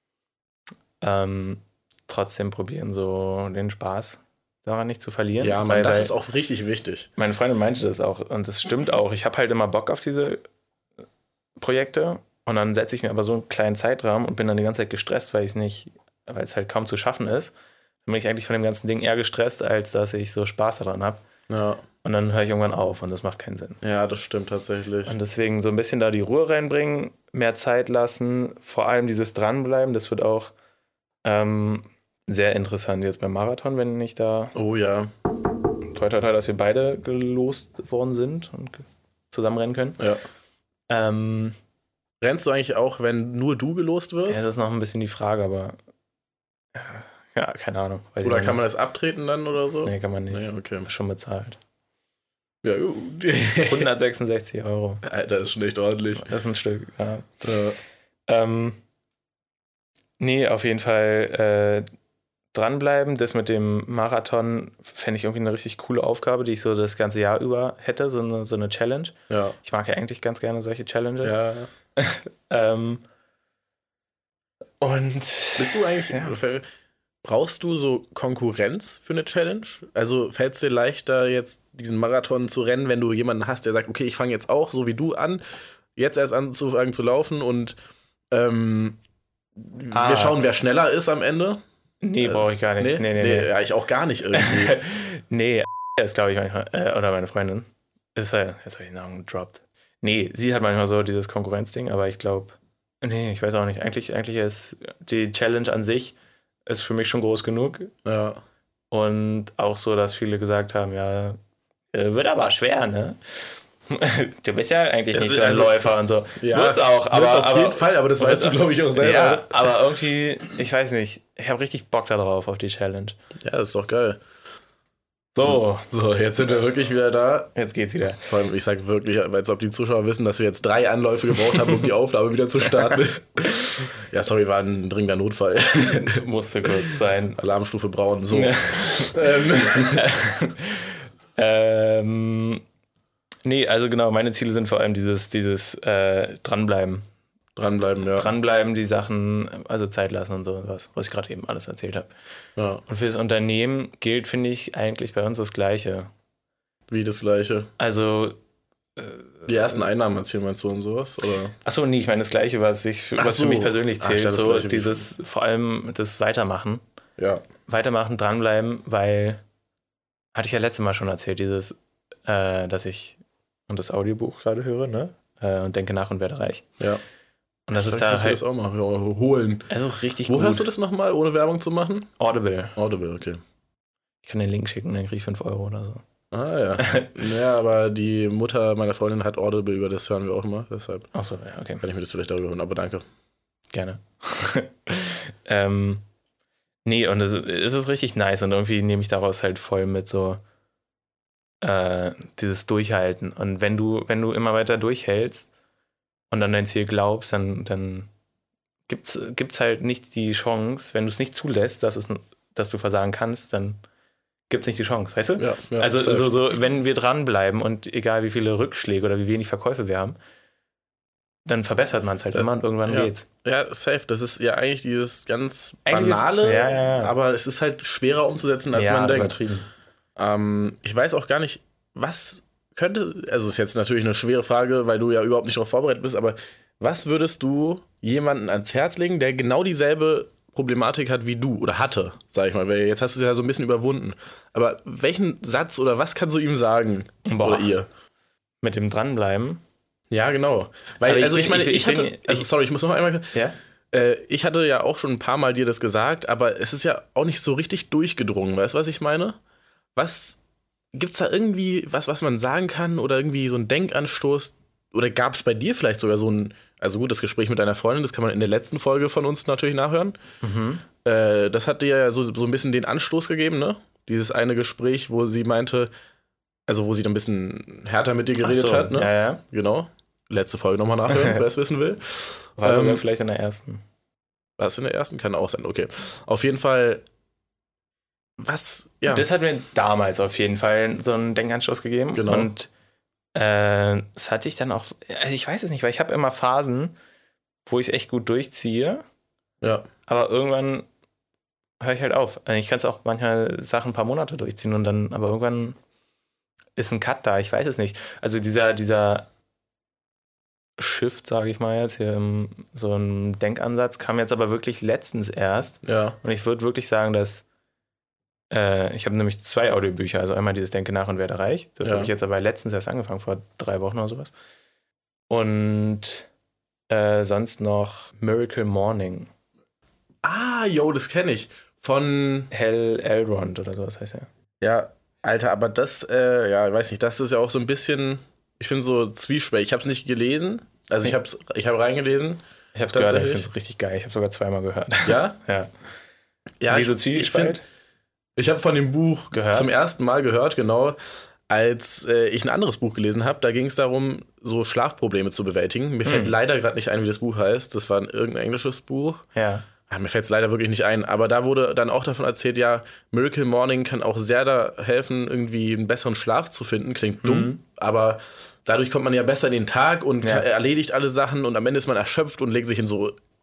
B: Trotzdem probieren, so den Spaß daran nicht zu verlieren.
A: Ja, das ist auch richtig wichtig.
B: Meine Freundin meinte das auch und das stimmt auch. Ich habe halt immer Bock auf diese Projekte und dann setze ich mir aber so einen kleinen Zeitrahmen und bin dann die ganze Zeit gestresst, weil es halt kaum zu schaffen ist. Dann bin ich eigentlich von dem ganzen Ding eher gestresst, als dass ich so Spaß daran habe.
A: Ja.
B: Und dann höre ich irgendwann auf und das macht keinen Sinn.
A: Ja, das stimmt tatsächlich.
B: Und deswegen so ein bisschen da die Ruhe reinbringen, mehr Zeit lassen, vor allem dieses Dranbleiben, das wird auch sehr interessant jetzt beim Marathon, wenn ich da...
A: Oh ja.
B: Toi, toi, toi, dass wir beide gelost worden sind und zusammen rennen können.
A: Ja. Rennst du eigentlich auch, wenn nur du gelost wirst?
B: Ja, das ist noch ein bisschen die Frage, aber ja, keine Ahnung.
A: Oder kann man das abtreten dann oder so?
B: Nee, kann man nicht.
A: Nee, okay.
B: Schon bezahlt.
A: Ja, gut.
B: 166 €.
A: Alter, das ist schon echt ordentlich.
B: Das ist ein Stück, ja. Nee, auf jeden Fall dranbleiben. Das mit dem Marathon fände ich irgendwie eine richtig coole Aufgabe, die ich so das ganze Jahr über hätte, so eine Challenge.
A: Ja.
B: Ich mag ja eigentlich ganz gerne solche Challenges.
A: Ja.
B: Und
A: bist du eigentlich, brauchst du so Konkurrenz für eine Challenge? Also fällt es dir leichter, jetzt diesen Marathon zu rennen, wenn du jemanden hast, der sagt, okay, ich fange jetzt auch, so wie du an, jetzt erst anzufangen zu laufen und wir schauen, wer schneller ist am Ende?
B: Nee, brauche ich gar nicht. Nee.
A: Ja, ich auch gar nicht irgendwie.
B: Nee, ist, glaube ich, manchmal, oder meine Freundin, jetzt habe ich den Namen gedroppt. Nee, sie hat manchmal so dieses Konkurrenzding, aber ich glaube, nee, ich weiß auch nicht. Eigentlich ist die Challenge an sich ist für mich schon groß genug.
A: Ja.
B: Und auch so, dass viele gesagt haben, ja, wird aber schwer, ne? Du bist ja eigentlich nicht so ein Läufer und so.
A: Ja,
B: wird's auch, aber
A: auf jeden Fall, aber das weißt du, glaube ich, auch selber.
B: Ja, aber irgendwie, ich weiß nicht, ich habe richtig Bock darauf, auf die Challenge.
A: Ja, das ist doch geil.
B: So,
A: jetzt sind wir wirklich wieder da.
B: Jetzt geht's wieder.
A: Vor allem, ich sage wirklich, als ob die Zuschauer wissen, dass wir jetzt 3 Anläufe gebraucht haben, um die Aufnahme wieder zu starten. Ja, sorry, war ein dringender Notfall.
B: Musste kurz sein.
A: Alarmstufe braun, so.
B: Nee, also genau, meine Ziele sind vor allem dieses Dranbleiben.
A: Dranbleiben, ja.
B: Dranbleiben, die Sachen, also Zeit lassen und so, was ich gerade eben alles erzählt habe.
A: Ja.
B: Und für das Unternehmen gilt, finde ich, eigentlich bei uns das Gleiche.
A: Wie das Gleiche?
B: Also
A: die ersten Einnahmen erzielen meinst du und sowas? Oder?
B: Achso, nee, ich meine das Gleiche, was für mich persönlich zählt.
A: Dachte,
B: so dieses, vor allem das Weitermachen.
A: Ja.
B: Weitermachen, dranbleiben, weil, hatte ich ja letztes Mal schon erzählt, dieses, dass ich und das Audiobuch gerade höre, ne? Und denke nach und werde reich.
A: Ja.
B: Und das ist da halt.
A: Das auch mal holen.
B: Es ist richtig
A: gut. Wo
B: gut.
A: hörst du das nochmal, ohne Werbung zu machen?
B: Audible,
A: okay.
B: Ich kann den Link schicken, dann kriege ich 5 € oder so.
A: Ah ja. Ja, aber die Mutter meiner Freundin hat Audible, über das hören wir auch immer, deshalb.
B: Achso, ja, okay.
A: Kann ich mir das vielleicht darüber hören, aber danke.
B: Gerne. Nee, und es ist richtig nice und irgendwie nehme ich daraus halt voll mit so dieses Durchhalten. Und wenn du immer weiter durchhältst und an dein Ziel glaubst, dann gibt's halt nicht die Chance, wenn du es nicht zulässt, dass du versagen kannst, dann gibt's nicht die Chance, weißt du?
A: Ja,
B: also so, wenn wir dranbleiben und egal wie viele Rückschläge oder wie wenig Verkäufe wir haben, dann verbessert man es halt immer und irgendwann geht's.
A: Ja, safe. Das ist ja eigentlich dieses ganz Banale, aber es ist halt schwerer umzusetzen, als man denkt.
B: Übertrieben.
A: Ich weiß auch gar nicht, was könnte, also ist jetzt natürlich eine schwere Frage, weil du ja überhaupt nicht darauf vorbereitet bist, aber was würdest du jemandem ans Herz legen, der genau dieselbe Problematik hat wie du oder hatte, sag ich mal, weil jetzt hast du es ja so ein bisschen überwunden. Aber welchen Satz oder was kannst du ihm sagen? Oder ihr?
B: Mit dem Dranbleiben?
A: Ja, genau. Weil, ich muss noch einmal.
B: Ja?
A: Ich hatte ja auch schon ein paar Mal dir das gesagt, aber es ist ja auch nicht so richtig durchgedrungen, weißt du, was ich meine? Gibt's da irgendwie was man sagen kann oder irgendwie so ein Denkanstoß? Oder gab es bei dir vielleicht sogar so ein, also gut, das Gespräch mit deiner Freundin, das kann man in der letzten Folge von uns natürlich nachhören.
B: Mhm.
A: Das hat dir ja so ein bisschen den Anstoß gegeben, ne? Dieses eine Gespräch, wo sie meinte, also wo sie dann ein bisschen härter mit dir geredet hat, ne?
B: Ja.
A: Genau. Letzte Folge nochmal nachhören, wer es wissen will.
B: War sogar vielleicht in der ersten.
A: War es in der ersten? Kann auch sein, okay. Auf jeden Fall,
B: Das hat mir damals auf jeden Fall so einen Denkanstoß gegeben.
A: Genau.
B: Und das hatte ich dann auch, also ich weiß es nicht, weil ich habe immer Phasen, wo ich es echt gut durchziehe.
A: Ja.
B: Aber irgendwann höre ich halt auf. Ich kann es auch manchmal Sachen ein paar Monate durchziehen und dann, aber irgendwann ist ein Cut da, ich weiß es nicht. Also dieser Shift, sage ich mal jetzt, hier so ein Denkansatz kam jetzt aber wirklich letztens erst.
A: Ja.
B: Und ich würde wirklich sagen, dass ich habe nämlich 2 Audiobücher, also einmal dieses Denke nach und werde reich. Das habe ich jetzt aber letztens erst angefangen, vor 3 Wochen oder sowas. Und sonst noch Miracle Morning.
A: Das kenne ich. Von
B: Hal Elrond oder sowas heißt er.
A: Ja, Alter, aber das, weiß nicht, das ist ja auch so ein bisschen, ich finde so zwiespältig. Ich habe es nicht gelesen, also ich habe reingelesen.
B: Ich habe es gehört, ich finde es richtig geil. Ich habe sogar 2-mal gehört.
A: Ja?
B: Ja. Wie so Zwiespalt?
A: Ich habe von dem Buch zum ersten Mal gehört, genau, als ich ein anderes Buch gelesen habe. Da ging es darum, so Schlafprobleme zu bewältigen. Mir fällt leider gerade nicht ein, wie das Buch heißt. Das war irgendein englisches Buch.
B: Ja.
A: Mir fällt es leider wirklich nicht ein. Aber da wurde dann auch davon erzählt, ja, Miracle Morning kann auch sehr da helfen, irgendwie einen besseren Schlaf zu finden. Klingt dumm, aber dadurch kommt man ja besser in den Tag und erledigt alle Sachen und am Ende ist man erschöpft und legt sich in so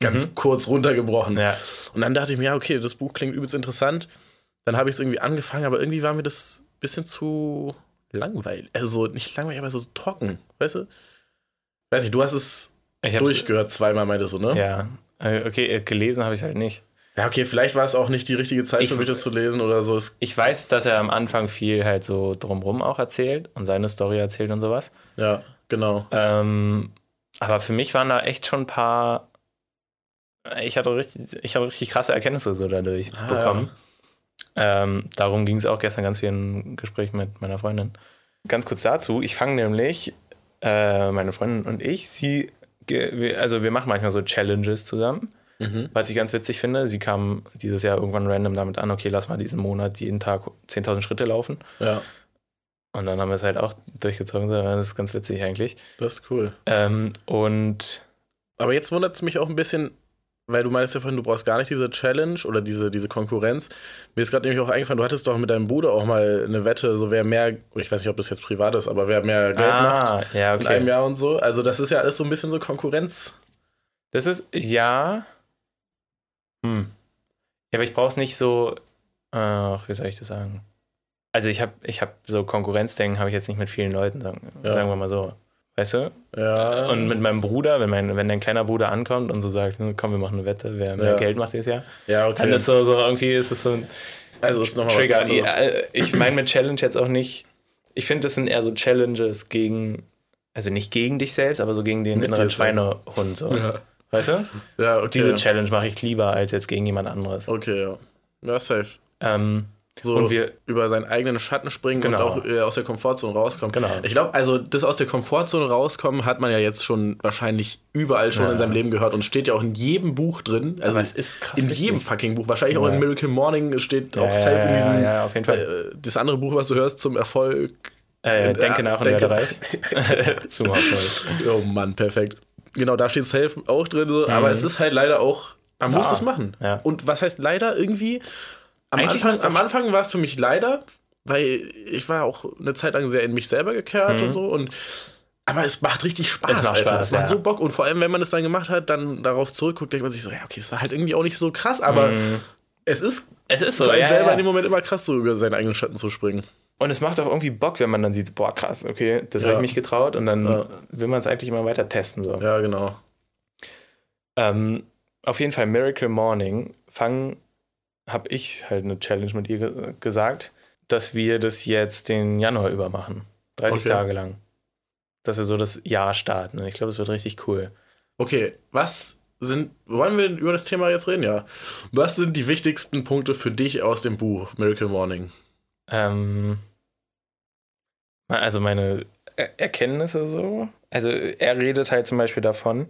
A: ganz kurz runtergebrochen.
B: Ja.
A: Und dann dachte ich mir, ja, okay, das Buch klingt übelst interessant. Dann habe ich es irgendwie angefangen, aber irgendwie war mir das ein bisschen zu langweilig. Also nicht langweilig, aber so trocken, weißt du? Weiß nicht, du hast es durchgehört zweimal, meintest du, ne?
B: Ja, okay, gelesen habe ich es halt nicht.
A: Ja, okay, vielleicht war es auch nicht die richtige Zeit für mich, das zu lesen oder so.
B: Ich weiß, dass er am Anfang viel halt so drumrum auch erzählt und seine Story erzählt und sowas.
A: Ja, genau.
B: Aber für mich waren da echt schon ein paar. Ich hatte richtig krasse Erkenntnisse so dadurch bekommen. Ja. Darum ging es auch gestern ganz viel im Gespräch mit meiner Freundin. Ganz kurz dazu, ich fange nämlich, meine Freundin und ich, wir machen manchmal so Challenges zusammen. Was ich ganz witzig finde, sie kam dieses Jahr irgendwann random damit an, okay, lass mal diesen Monat jeden Tag 10.000 Schritte laufen.
A: Ja.
B: Und dann haben wir es halt auch durchgezogen, das ist ganz witzig eigentlich.
A: Das ist cool. Aber jetzt wundert es mich auch ein bisschen, weil du meinst ja vorhin, du brauchst gar nicht diese Challenge oder diese Konkurrenz. Mir ist gerade nämlich auch eingefallen, du hattest doch mit deinem Bruder auch mal eine Wette, so wer mehr, ich weiß nicht, ob das jetzt privat ist, aber wer mehr Geld macht in einem Jahr und so. Also das ist ja alles so ein bisschen so Konkurrenz.
B: Das ist, ja. Ja, aber ich brauche es nicht so, wie soll ich das sagen? Also ich hab so Konkurrenzdenken habe ich jetzt nicht mit vielen Leuten, sagen wir mal so. Weißt du?
A: Ja.
B: Und mit meinem Bruder, wenn dein kleiner Bruder ankommt und so sagt, komm, wir machen eine Wette, wer mehr Geld macht dieses Jahr.
A: Ja, okay.
B: Dann ist so irgendwie ist es so ein
A: ist noch mal
B: Trigger. Ich meine mit Challenge jetzt auch nicht, ich finde, das sind eher so Challenges gegen, also nicht gegen dich selbst, aber so gegen den inneren Schweinehund. So. Ja. Weißt du?
A: Ja, okay.
B: Diese Challenge mache ich lieber als jetzt gegen jemand anderes.
A: Okay, ja. Ja, safe. So
B: und wir
A: über seinen eigenen Schatten springen und auch aus der Komfortzone rauskommen.
B: Genau.
A: Ich glaube, also das aus der Komfortzone rauskommen hat man ja jetzt schon wahrscheinlich überall schon in seinem Leben gehört und steht ja auch in jedem Buch drin. Also
B: aber es ist krass
A: in jedem fucking Buch. Wahrscheinlich auch in Miracle Morning steht auch safe in diesem.
B: Ja, auf jeden Fall.
A: Das andere Buch, was du hörst, zum Erfolg.
B: Denke nach und werde reich. Zum Erfolg.
A: Oh Mann, perfekt. Genau, da steht safe auch drin. So. Aber es ist halt leider auch, man muss es machen. Ja. Und was heißt leider irgendwie? Am Anfang war es für mich leider, weil ich war auch eine Zeit lang sehr in mich selber gekehrt und so. Aber es macht richtig Spaß, Alter. Es macht so Bock. Und vor allem, wenn man es dann gemacht hat, dann darauf zurückguckt, denkt man sich so, ja, okay, es war halt irgendwie auch nicht so krass, aber es ist so, für einen selber in dem Moment immer krass, so über seinen eigenen Schatten zu springen.
B: Und es macht auch irgendwie Bock, wenn man dann sieht, boah, krass, okay, das habe ich mich getraut und dann will man es eigentlich immer weiter testen. So.
A: Ja, genau.
B: Auf jeden Fall Miracle Morning habe ich halt eine Challenge mit ihr gesagt, dass wir das jetzt den Januar über machen. 30 Tage lang. Dass wir so das Jahr starten. Und ich glaube, das wird richtig cool.
A: Okay, wollen wir über das Thema jetzt reden? Ja. Was sind die wichtigsten Punkte für dich aus dem Buch Miracle Morning?
B: Also meine Erkenntnisse so. Also er redet halt zum Beispiel davon,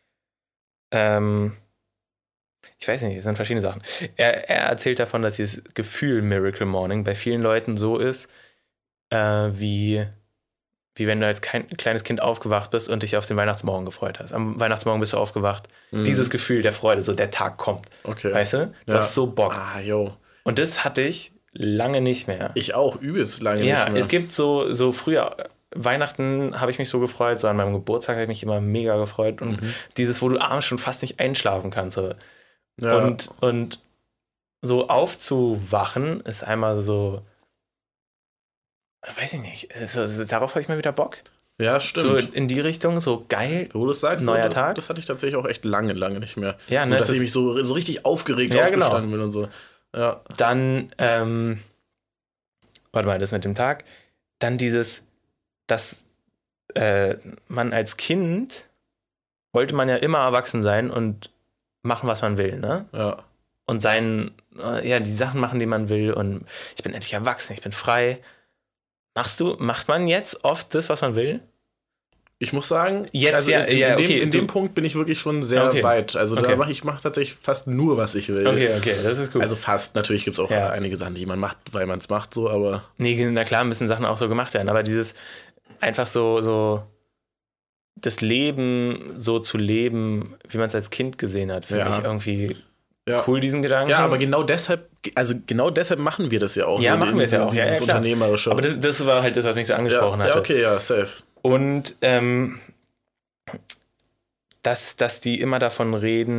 B: ich weiß nicht, es sind verschiedene Sachen. Er erzählt davon, dass dieses Gefühl Miracle Morning bei vielen Leuten so ist, wie wenn du als kleines Kind aufgewacht bist und dich auf den Weihnachtsmorgen gefreut hast. Am Weihnachtsmorgen bist du aufgewacht. Dieses Gefühl der Freude, so der Tag kommt.
A: Okay.
B: Weißt du? Du hast so Bock.
A: Jo.
B: Und das hatte ich lange nicht mehr.
A: Ich auch, übelst lange nicht mehr.
B: Ja, es gibt so früher, Weihnachten habe ich mich so gefreut, so an meinem Geburtstag habe ich mich immer mega gefreut. Und dieses, wo du abends schon fast nicht einschlafen kannst. So. Ja. Und so aufzuwachen ist einmal so, weiß ich nicht, darauf habe ich mal wieder Bock.
A: Ja, stimmt.
B: So in die Richtung, so geil.
A: Wo du das sagst,
B: neuer Tag.
A: Das hatte ich tatsächlich auch echt lange nicht mehr.
B: Ja,
A: so, dass ich mich so richtig aufgeregt aufgestanden bin und so. Ja.
B: Dann, warte mal, das mit dem Tag. Dann dass man als Kind wollte man ja immer erwachsen sein und machen, was man will, ne?
A: Ja.
B: Und die Sachen machen, die man will und ich bin endlich erwachsen, ich bin frei. Macht man jetzt oft das, was man will?
A: Ich muss sagen,
B: jetzt
A: in dem Punkt bin ich wirklich schon sehr weit. Also ich mache tatsächlich fast nur, was ich will.
B: Okay, das ist gut.
A: Also fast, natürlich gibt es auch einige Sachen, die man macht, weil man es macht, so, aber...
B: Nee, na klar müssen Sachen auch so gemacht werden, aber dieses einfach so das Leben so zu leben, wie man es als Kind gesehen hat, finde ich irgendwie cool, diesen Gedanken.
A: Ja, aber genau deshalb machen wir das ja auch.
B: Ja, machen wir es ja auch.
A: Dieses Unternehmerische.
B: Aber das war halt das, was mich so angesprochen hatte.
A: Ja, okay, ja, safe.
B: Und dass die immer davon reden,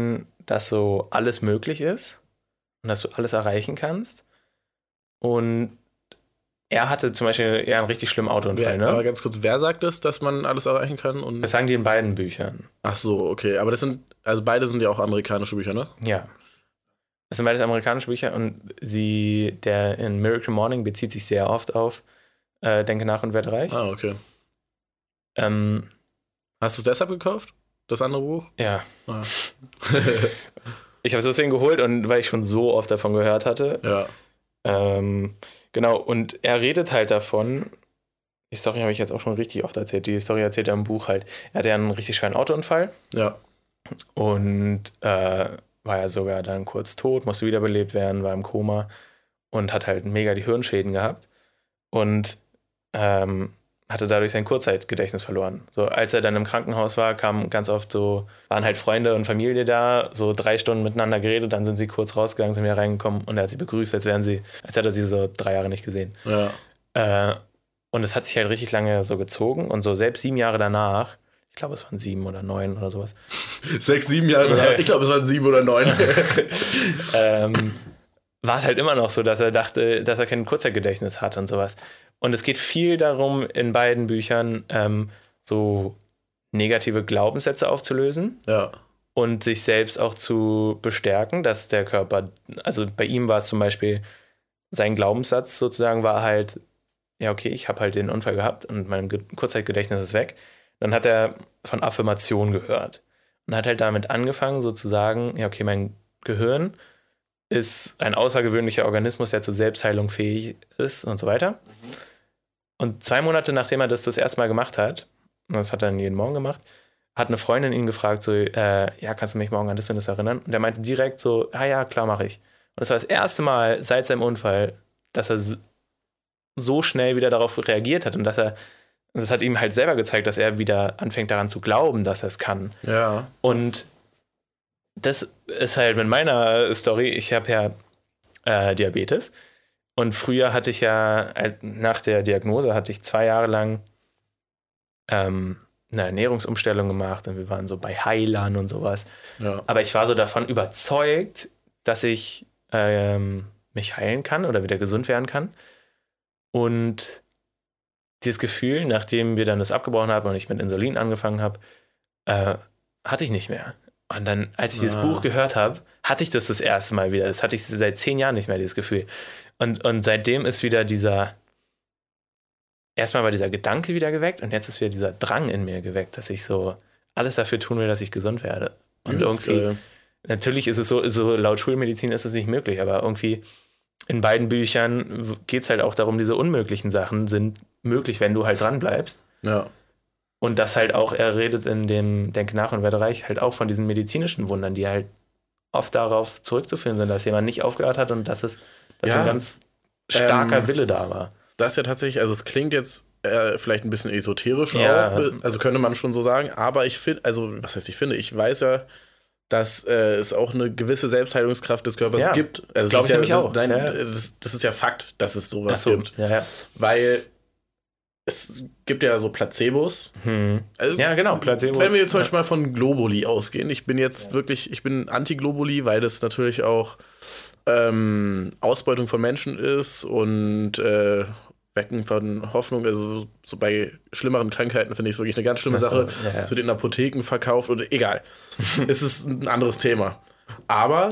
B: dass so alles möglich ist und dass du alles erreichen kannst. Und er hatte zum Beispiel eher einen richtig schlimmen Autounfall, ne?
A: Aber ganz kurz, wer sagt das, dass man alles erreichen kann? Und
B: Das sagen die in beiden Büchern.
A: Ach so, okay. Aber beide sind ja auch amerikanische Bücher, ne?
B: Ja. Das sind beides amerikanische Bücher und der in Miracle Morning bezieht sich sehr oft auf Denke nach und werde reich.
A: Ah, okay. Hast du es deshalb gekauft? Das andere Buch?
B: Ja.
A: Ah.
B: Ich habe es deswegen geholt und weil ich schon so oft davon gehört hatte.
A: Ja.
B: Genau, und er redet halt davon, die Story habe ich jetzt auch schon richtig oft erzählt, die Story erzählt er im Buch halt. Er hatte ja einen richtig schweren Autounfall.
A: Ja.
B: Und war ja sogar dann kurz tot, musste wiederbelebt werden, war im Koma und hat halt mega die Hirnschäden gehabt und hatte dadurch sein Kurzzeitgedächtnis verloren. So, als er dann im Krankenhaus war, kamen ganz oft waren halt Freunde und Familie da, so 3 Stunden miteinander geredet, dann sind sie kurz rausgegangen, sind wieder reingekommen und er hat sie begrüßt, als hätte er sie so 3 Jahre nicht gesehen.
A: Ja.
B: Und es hat sich halt richtig lange so gezogen und so selbst 7 Jahre danach, ich glaube, es waren 7 oder 9 oder sowas.
A: 6, 7 Jahre danach, ich glaube, es waren 7 oder 9.
B: War es halt immer noch so, dass er dachte, dass er kein Kurzzeitgedächtnis hat und sowas. Und es geht viel darum, in beiden Büchern so negative Glaubenssätze aufzulösen.
A: Ja.
B: Und sich selbst auch zu bestärken, dass der Körper, also bei ihm war es zum Beispiel, sein Glaubenssatz sozusagen war halt, ja okay, ich habe halt den Unfall gehabt und mein Kurzzeitgedächtnis ist weg. Dann hat er von Affirmation gehört und hat halt damit angefangen sozusagen, ja okay, mein Gehirn ist ein außergewöhnlicher Organismus, der zur Selbstheilung fähig ist und so weiter. Und 2 Monate nachdem er das erste Mal gemacht hat, und das hat er dann jeden Morgen gemacht, hat eine Freundin ihn gefragt, so, ja, kannst du mich morgen an das und das erinnern? Und er meinte direkt so, ja, klar, mache ich. Und das war das erste Mal seit seinem Unfall, dass er so schnell wieder darauf reagiert hat und das hat ihm halt selber gezeigt, dass er wieder anfängt daran zu glauben, dass er es kann.
A: Ja.
B: Und das ist halt mit meiner Story, ich habe ja Diabetes und früher hatte ich ja, nach der Diagnose hatte ich 2 Jahre lang eine Ernährungsumstellung gemacht und wir waren so bei Heilern und sowas.
A: Ja.
B: Aber ich war so davon überzeugt, dass ich mich heilen kann oder wieder gesund werden kann. Und dieses Gefühl, nachdem wir dann das abgebrochen haben und ich mit Insulin angefangen habe, hatte ich nicht mehr. Und dann, als ich dieses Buch gehört habe, hatte ich das erste Mal wieder. Das hatte ich seit 10 Jahren nicht mehr, dieses Gefühl. Und seitdem ist wieder erstmal war dieser Gedanke wieder geweckt und jetzt ist wieder dieser Drang in mir geweckt, dass ich so alles dafür tun will, dass ich gesund werde. Und irgendwie, natürlich ist es so laut Schulmedizin ist es nicht möglich, aber irgendwie in beiden Büchern geht es halt auch darum, diese unmöglichen Sachen sind möglich, wenn du halt dran bleibst.
A: Ja.
B: Und das halt auch, er redet in dem Denke nach und werde reich halt auch von diesen medizinischen Wundern, die halt oft darauf zurückzuführen sind, dass jemand nicht aufgehört hat und dass ein ganz starker Wille da war.
A: Das ist ja tatsächlich, also es klingt jetzt vielleicht ein bisschen esoterisch
B: Ja.
A: auch, also könnte man schon so sagen, aber ich finde, also was heißt ich finde, ich weiß ja, dass es auch eine gewisse Selbstheilungskraft des Körpers gibt. Also
B: glaube ich nämlich auch.
A: Nein, das ist ja Fakt, dass es sowas gibt.
B: Ja.
A: Weil es gibt ja so Placebos. Also,
B: ja, genau, Placebo.
A: Wenn wir jetzt zum Beispiel mal von Globuli ausgehen, ich bin jetzt ich bin Anti-Globuli, weil das natürlich auch Ausbeutung von Menschen ist und Wecken von Hoffnung. Also so bei schlimmeren Krankheiten finde ich es wirklich eine ganz schlimme Sache. Ja. Zu den Apotheken verkauft oder egal. Es ist ein anderes Thema. Aber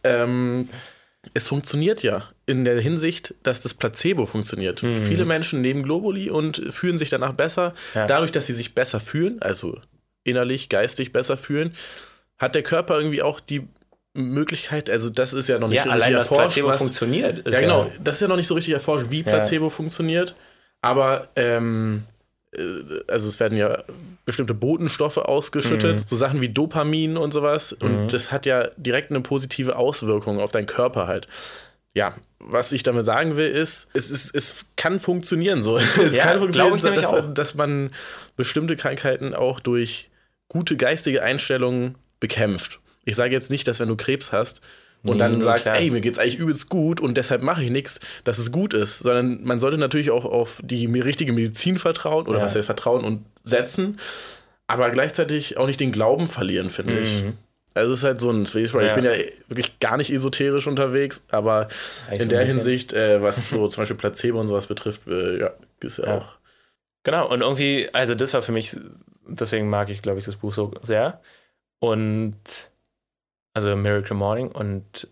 A: es funktioniert ja in der Hinsicht, dass das Placebo funktioniert. Viele Menschen nehmen Globuli und fühlen sich danach besser. Ja. Dadurch, dass sie sich besser fühlen, also innerlich, geistig besser fühlen, hat der Körper irgendwie auch die Möglichkeit, also das ist ja noch nicht richtig erforscht.
B: Placebo funktioniert.
A: Ja, genau, das ist ja noch nicht so richtig erforscht, wie Placebo funktioniert. Aber also es werden ja bestimmte Botenstoffe ausgeschüttet, so Sachen wie Dopamin und sowas. Und das hat ja direkt eine positive Auswirkung auf deinen Körper halt. Ja, was ich damit sagen will, ist, es kann funktionieren so. Es kann funktionieren, dass man bestimmte Krankheiten auch durch gute geistige Einstellungen bekämpft. Ich sage jetzt nicht, dass wenn du Krebs hast und dann sagst, ey, mir geht's eigentlich übelst gut und deshalb mache ich nichts, dass es gut ist, sondern man sollte natürlich auch auf die richtige Medizin vertrauen oder was heißt vertrauen und setzen, aber gleichzeitig auch nicht den Glauben verlieren, finde ich. Also es ist halt so ein Zwiespalt.
B: Ja.
A: Ich bin ja wirklich gar nicht esoterisch unterwegs, aber
B: Eigentlich
A: in
B: so ein
A: der
B: bisschen.
A: Hinsicht, was so zum Beispiel Placebo und sowas betrifft, ja, ist ja auch.
B: Genau, und irgendwie, also das war für mich, deswegen mag ich, glaube ich, das Buch so sehr. Und also Miracle Morning und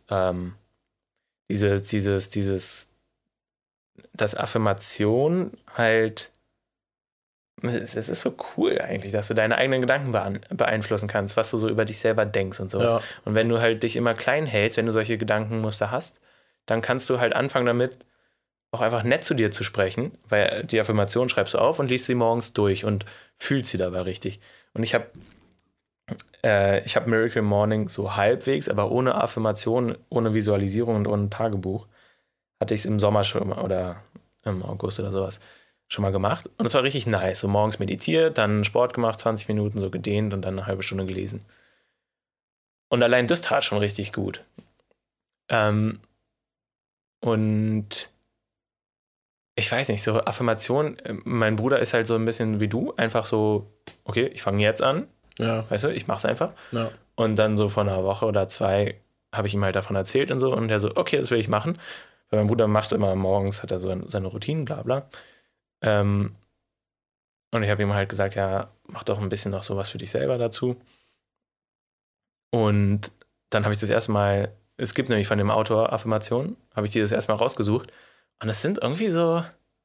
B: dass Affirmation halt, es ist so cool eigentlich, dass du deine eigenen Gedanken beeinflussen kannst, was du so über dich selber denkst und sowas.
A: Ja.
B: Und wenn du halt dich immer klein hältst, wenn du solche Gedankenmuster hast, dann kannst du halt anfangen damit, auch einfach nett zu dir zu sprechen, weil die Affirmation schreibst du auf und liest sie morgens durch und fühlst sie dabei richtig. Und ich habe Miracle Morning so halbwegs, aber ohne Affirmation, ohne Visualisierung und ohne Tagebuch, hatte ich es im Sommer schon mal oder im August oder sowas schon mal gemacht. Und es war richtig nice. So morgens meditiert, dann Sport gemacht, 20 Minuten so gedehnt und dann eine halbe Stunde gelesen. Und allein das tat schon richtig gut. Und ich weiß nicht, so Affirmation, mein Bruder ist halt so ein bisschen wie du, einfach so, okay, ich fange jetzt an,
A: Ja.
B: weißt du, ich mach's einfach.
A: Ja.
B: Und dann so vor einer Woche oder 2 habe ich ihm halt davon erzählt und so und er so, okay, das will ich machen. Weil mein Bruder macht immer morgens, hat er so seine Routinen, bla bla. Und ich habe ihm halt gesagt, ja, mach doch ein bisschen noch sowas für dich selber dazu. Und dann habe ich das erste Mal, es gibt nämlich von dem Autor Affirmationen, habe ich die das erstmal rausgesucht. Und es sind irgendwie so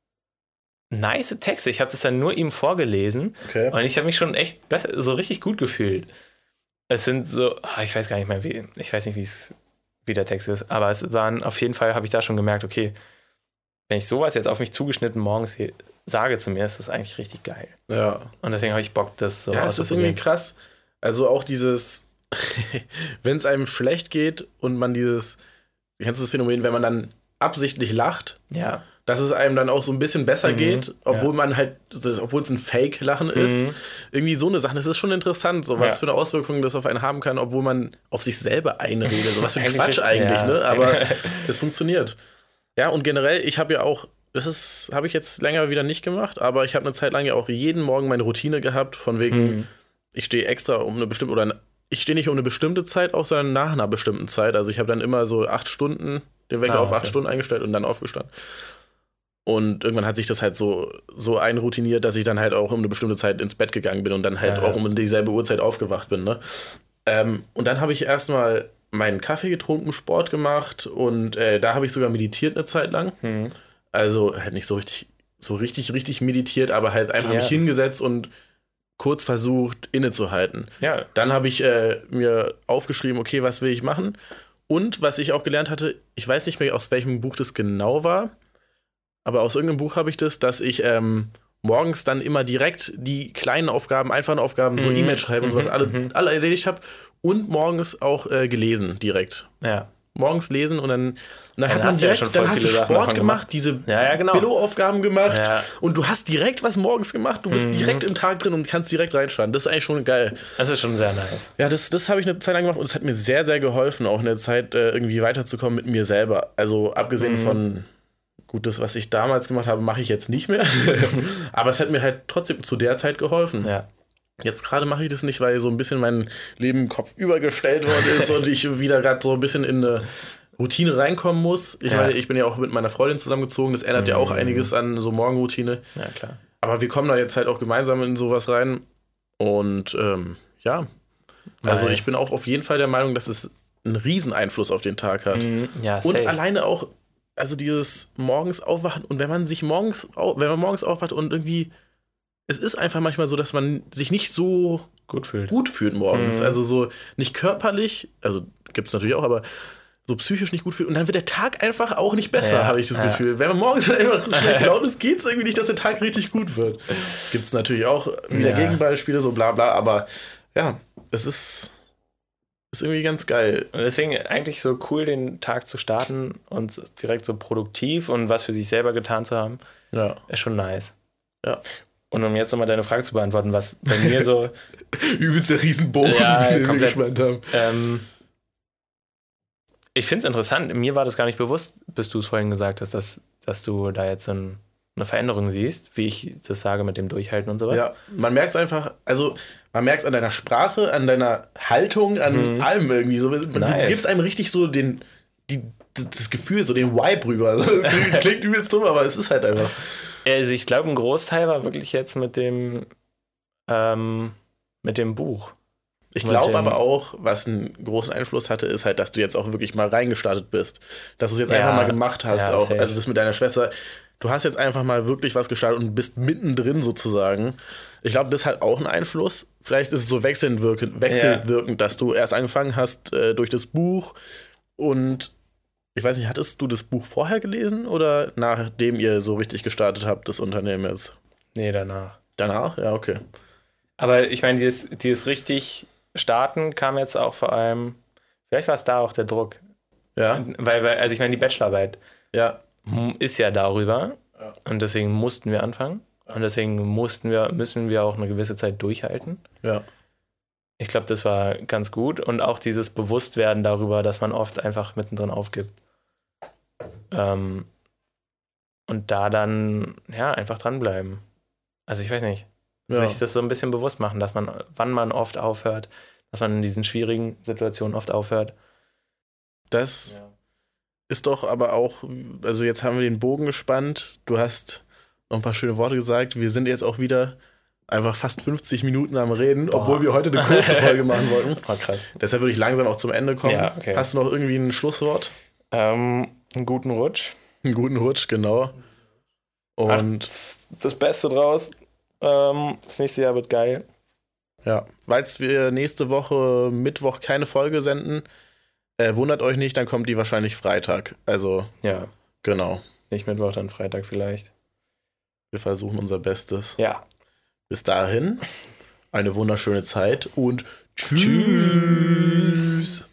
B: nice Texte. Ich habe das dann nur ihm vorgelesen
A: Okay.
B: und ich habe mich schon echt so richtig gut gefühlt. Es sind so, ich weiß gar nicht mehr, wie der Text ist, aber es waren auf jeden Fall, habe ich da schon gemerkt, okay, wenn ich sowas jetzt auf mich zugeschnitten morgens sage zu mir, ist das eigentlich richtig geil.
A: Ja.
B: Und deswegen habe ich Bock, das so
A: Ja, es ist irgendwie krass. Also auch dieses, wenn es einem schlecht geht und man kennst du das Phänomen, wenn man dann absichtlich lacht,
B: Ja.
A: dass es einem dann auch so ein bisschen besser geht, obwohl man halt, obwohl es ein Fake-Lachen ist. Irgendwie so eine Sache. Das ist schon interessant, so was für eine Auswirkung das auf einen haben kann, obwohl man auf sich selber einredet. So was für ein Quatsch eigentlich, ne? Aber es funktioniert. Ja, und generell, ich habe ja auch, habe ich jetzt länger wieder nicht gemacht, aber ich habe eine Zeit lang ja auch jeden Morgen meine Routine gehabt, von wegen, ich stehe extra um eine bestimmte, oder ich stehe nicht um eine bestimmte Zeit auf, sondern nach einer bestimmten Zeit. Also ich habe dann immer so 8 Stunden, den Wecker auf 8 Stunden eingestellt und dann aufgestanden. Und irgendwann hat sich das halt so einroutiniert, dass ich dann halt auch um eine bestimmte Zeit ins Bett gegangen bin und dann halt auch um dieselbe Uhrzeit aufgewacht bin. Ne? Und dann habe ich erstmal meinen Kaffee getrunken, Sport gemacht und da habe ich sogar meditiert eine Zeit lang. Also halt nicht so richtig meditiert, aber halt einfach mich hingesetzt und kurz versucht, innezuhalten.
B: Ja.
A: Dann habe ich mir aufgeschrieben, okay, was will ich machen? Und was ich auch gelernt hatte, ich weiß nicht mehr, aus welchem Buch das genau war, aber aus irgendeinem Buch habe ich das, dass ich morgens dann immer direkt die kleinen Aufgaben, einfachen Aufgaben, so E-Mails schreiben und sowas, alle erledigt habe und morgens auch gelesen direkt.
B: Ja.
A: Morgens lesen und dann hat man
B: hast du ja
A: direkt,
B: schon voll
A: dann hast du
B: viele Sachen
A: Sport
B: davon
A: gemacht, diese
B: genau.
A: Billo-Aufgaben gemacht und du hast direkt was morgens gemacht, du bist direkt im Tag drin und kannst direkt reinschauen. Das ist eigentlich schon geil.
B: Das ist schon sehr nice.
A: Ja, das habe ich eine Zeit lang gemacht und es hat mir sehr, sehr geholfen, auch in der Zeit irgendwie weiterzukommen mit mir selber. Also abgesehen von, gut, das, was ich damals gemacht habe, mache ich jetzt nicht mehr. Aber es hat mir halt trotzdem zu der Zeit geholfen.
B: Ja.
A: Jetzt gerade mache ich das nicht, weil so ein bisschen mein Leben Kopf übergestellt worden ist und ich wieder gerade so ein bisschen in eine Routine reinkommen muss. Ich bin ja auch mit meiner Freundin zusammengezogen, das ändert ja auch einiges an so Morgenroutine.
B: Ja, klar.
A: Aber wir kommen da jetzt halt auch gemeinsam in sowas rein. Und ja, also
B: Nice.
A: ich bin auch auf jeden Fall der Meinung, dass es einen riesen Einfluss auf den Tag hat.
B: Ja,
A: und
B: safe.
A: alleine auch, also dieses morgens aufwachen und wenn man morgens aufwacht und irgendwie, es ist einfach manchmal so, dass man sich nicht so
B: gut
A: fühlt morgens. Also so nicht körperlich, also gibt es natürlich auch, aber so psychisch nicht gut fühlt. Und dann wird der Tag einfach auch nicht besser, habe ich das Gefühl. Wenn man morgens einfach so schlecht gelaunt ist, geht es irgendwie nicht, dass der Tag richtig gut wird. Gibt es natürlich auch wieder Gegenbeispiele, so bla bla, aber ja, es ist irgendwie ganz geil.
B: Und deswegen eigentlich so cool, den Tag zu starten und direkt so produktiv und was für sich selber getan zu haben, ist schon nice.
A: Ja.
B: Und um jetzt nochmal deine Frage zu beantworten, was bei mir so
A: übelst der Riesenbogen, den wir gespannt haben.
B: Ich finde es interessant. Mir war das gar nicht bewusst, bis du es vorhin gesagt hast, dass du da jetzt eine eine Veränderung siehst, wie ich das sage mit dem Durchhalten und sowas.
A: Ja, man merkt es einfach, also man merkt es an deiner Sprache, an deiner Haltung, an allem irgendwie. So, du gibst einem richtig so das Gefühl, so den Vibe rüber. Also, klingt übelst dumm, aber es ist halt einfach.
B: Also ich glaube, ein Großteil war wirklich jetzt mit dem Buch.
A: Ich glaube aber auch, was einen großen Einfluss hatte, ist halt, dass du jetzt auch wirklich mal reingestartet bist. Dass du es jetzt einfach mal gemacht hast.
B: Ja,
A: auch.
B: safe.
A: Also das mit deiner Schwester. Du hast jetzt einfach mal wirklich was gestartet und bist mittendrin sozusagen. Ich glaube, das hat auch einen Einfluss. Vielleicht ist es so wechselwirkend, dass du erst angefangen hast durch das Buch. Und ich weiß nicht, hattest du das Buch vorher gelesen oder nachdem ihr so richtig gestartet habt, das Unternehmen jetzt?
B: Nee, danach.
A: Danach? Ja, okay.
B: Aber ich meine, dieses richtig Starten kam jetzt auch vor allem, vielleicht war es da auch der Druck.
A: Ja.
B: Weil also ich meine, die Bachelorarbeit ist ja darüber und deswegen mussten wir anfangen und deswegen müssen wir auch eine gewisse Zeit durchhalten.
A: Ja.
B: Ich glaube, das war ganz gut und auch dieses Bewusstwerden darüber, dass man oft einfach mittendrin aufgibt. Und da dann, einfach dranbleiben. Also ich weiß nicht. Sich das so ein bisschen bewusst machen, dass man, wann man oft aufhört, dass man in diesen schwierigen Situationen oft aufhört.
A: Das ist doch aber auch, also jetzt haben wir den Bogen gespannt, du hast noch ein paar schöne Worte gesagt, wir sind jetzt auch wieder einfach fast 50 Minuten am Reden, obwohl wir heute eine kurze Folge machen wollten.
B: Oh, krass.
A: Deshalb würde ich langsam auch zum Ende kommen.
B: Ja, okay.
A: Hast du noch irgendwie ein Schlusswort?
B: Einen guten Rutsch.
A: Einen guten Rutsch, genau. Und
B: macht das Beste draus. Das nächste Jahr wird geil.
A: Ja, falls wir nächste Woche Mittwoch keine Folge senden, wundert euch nicht, dann kommt die wahrscheinlich Freitag. Also, genau.
B: Nicht Mittwoch, dann Freitag vielleicht.
A: Wir versuchen unser Bestes.
B: Ja.
A: Bis dahin, eine wunderschöne Zeit und tschüss.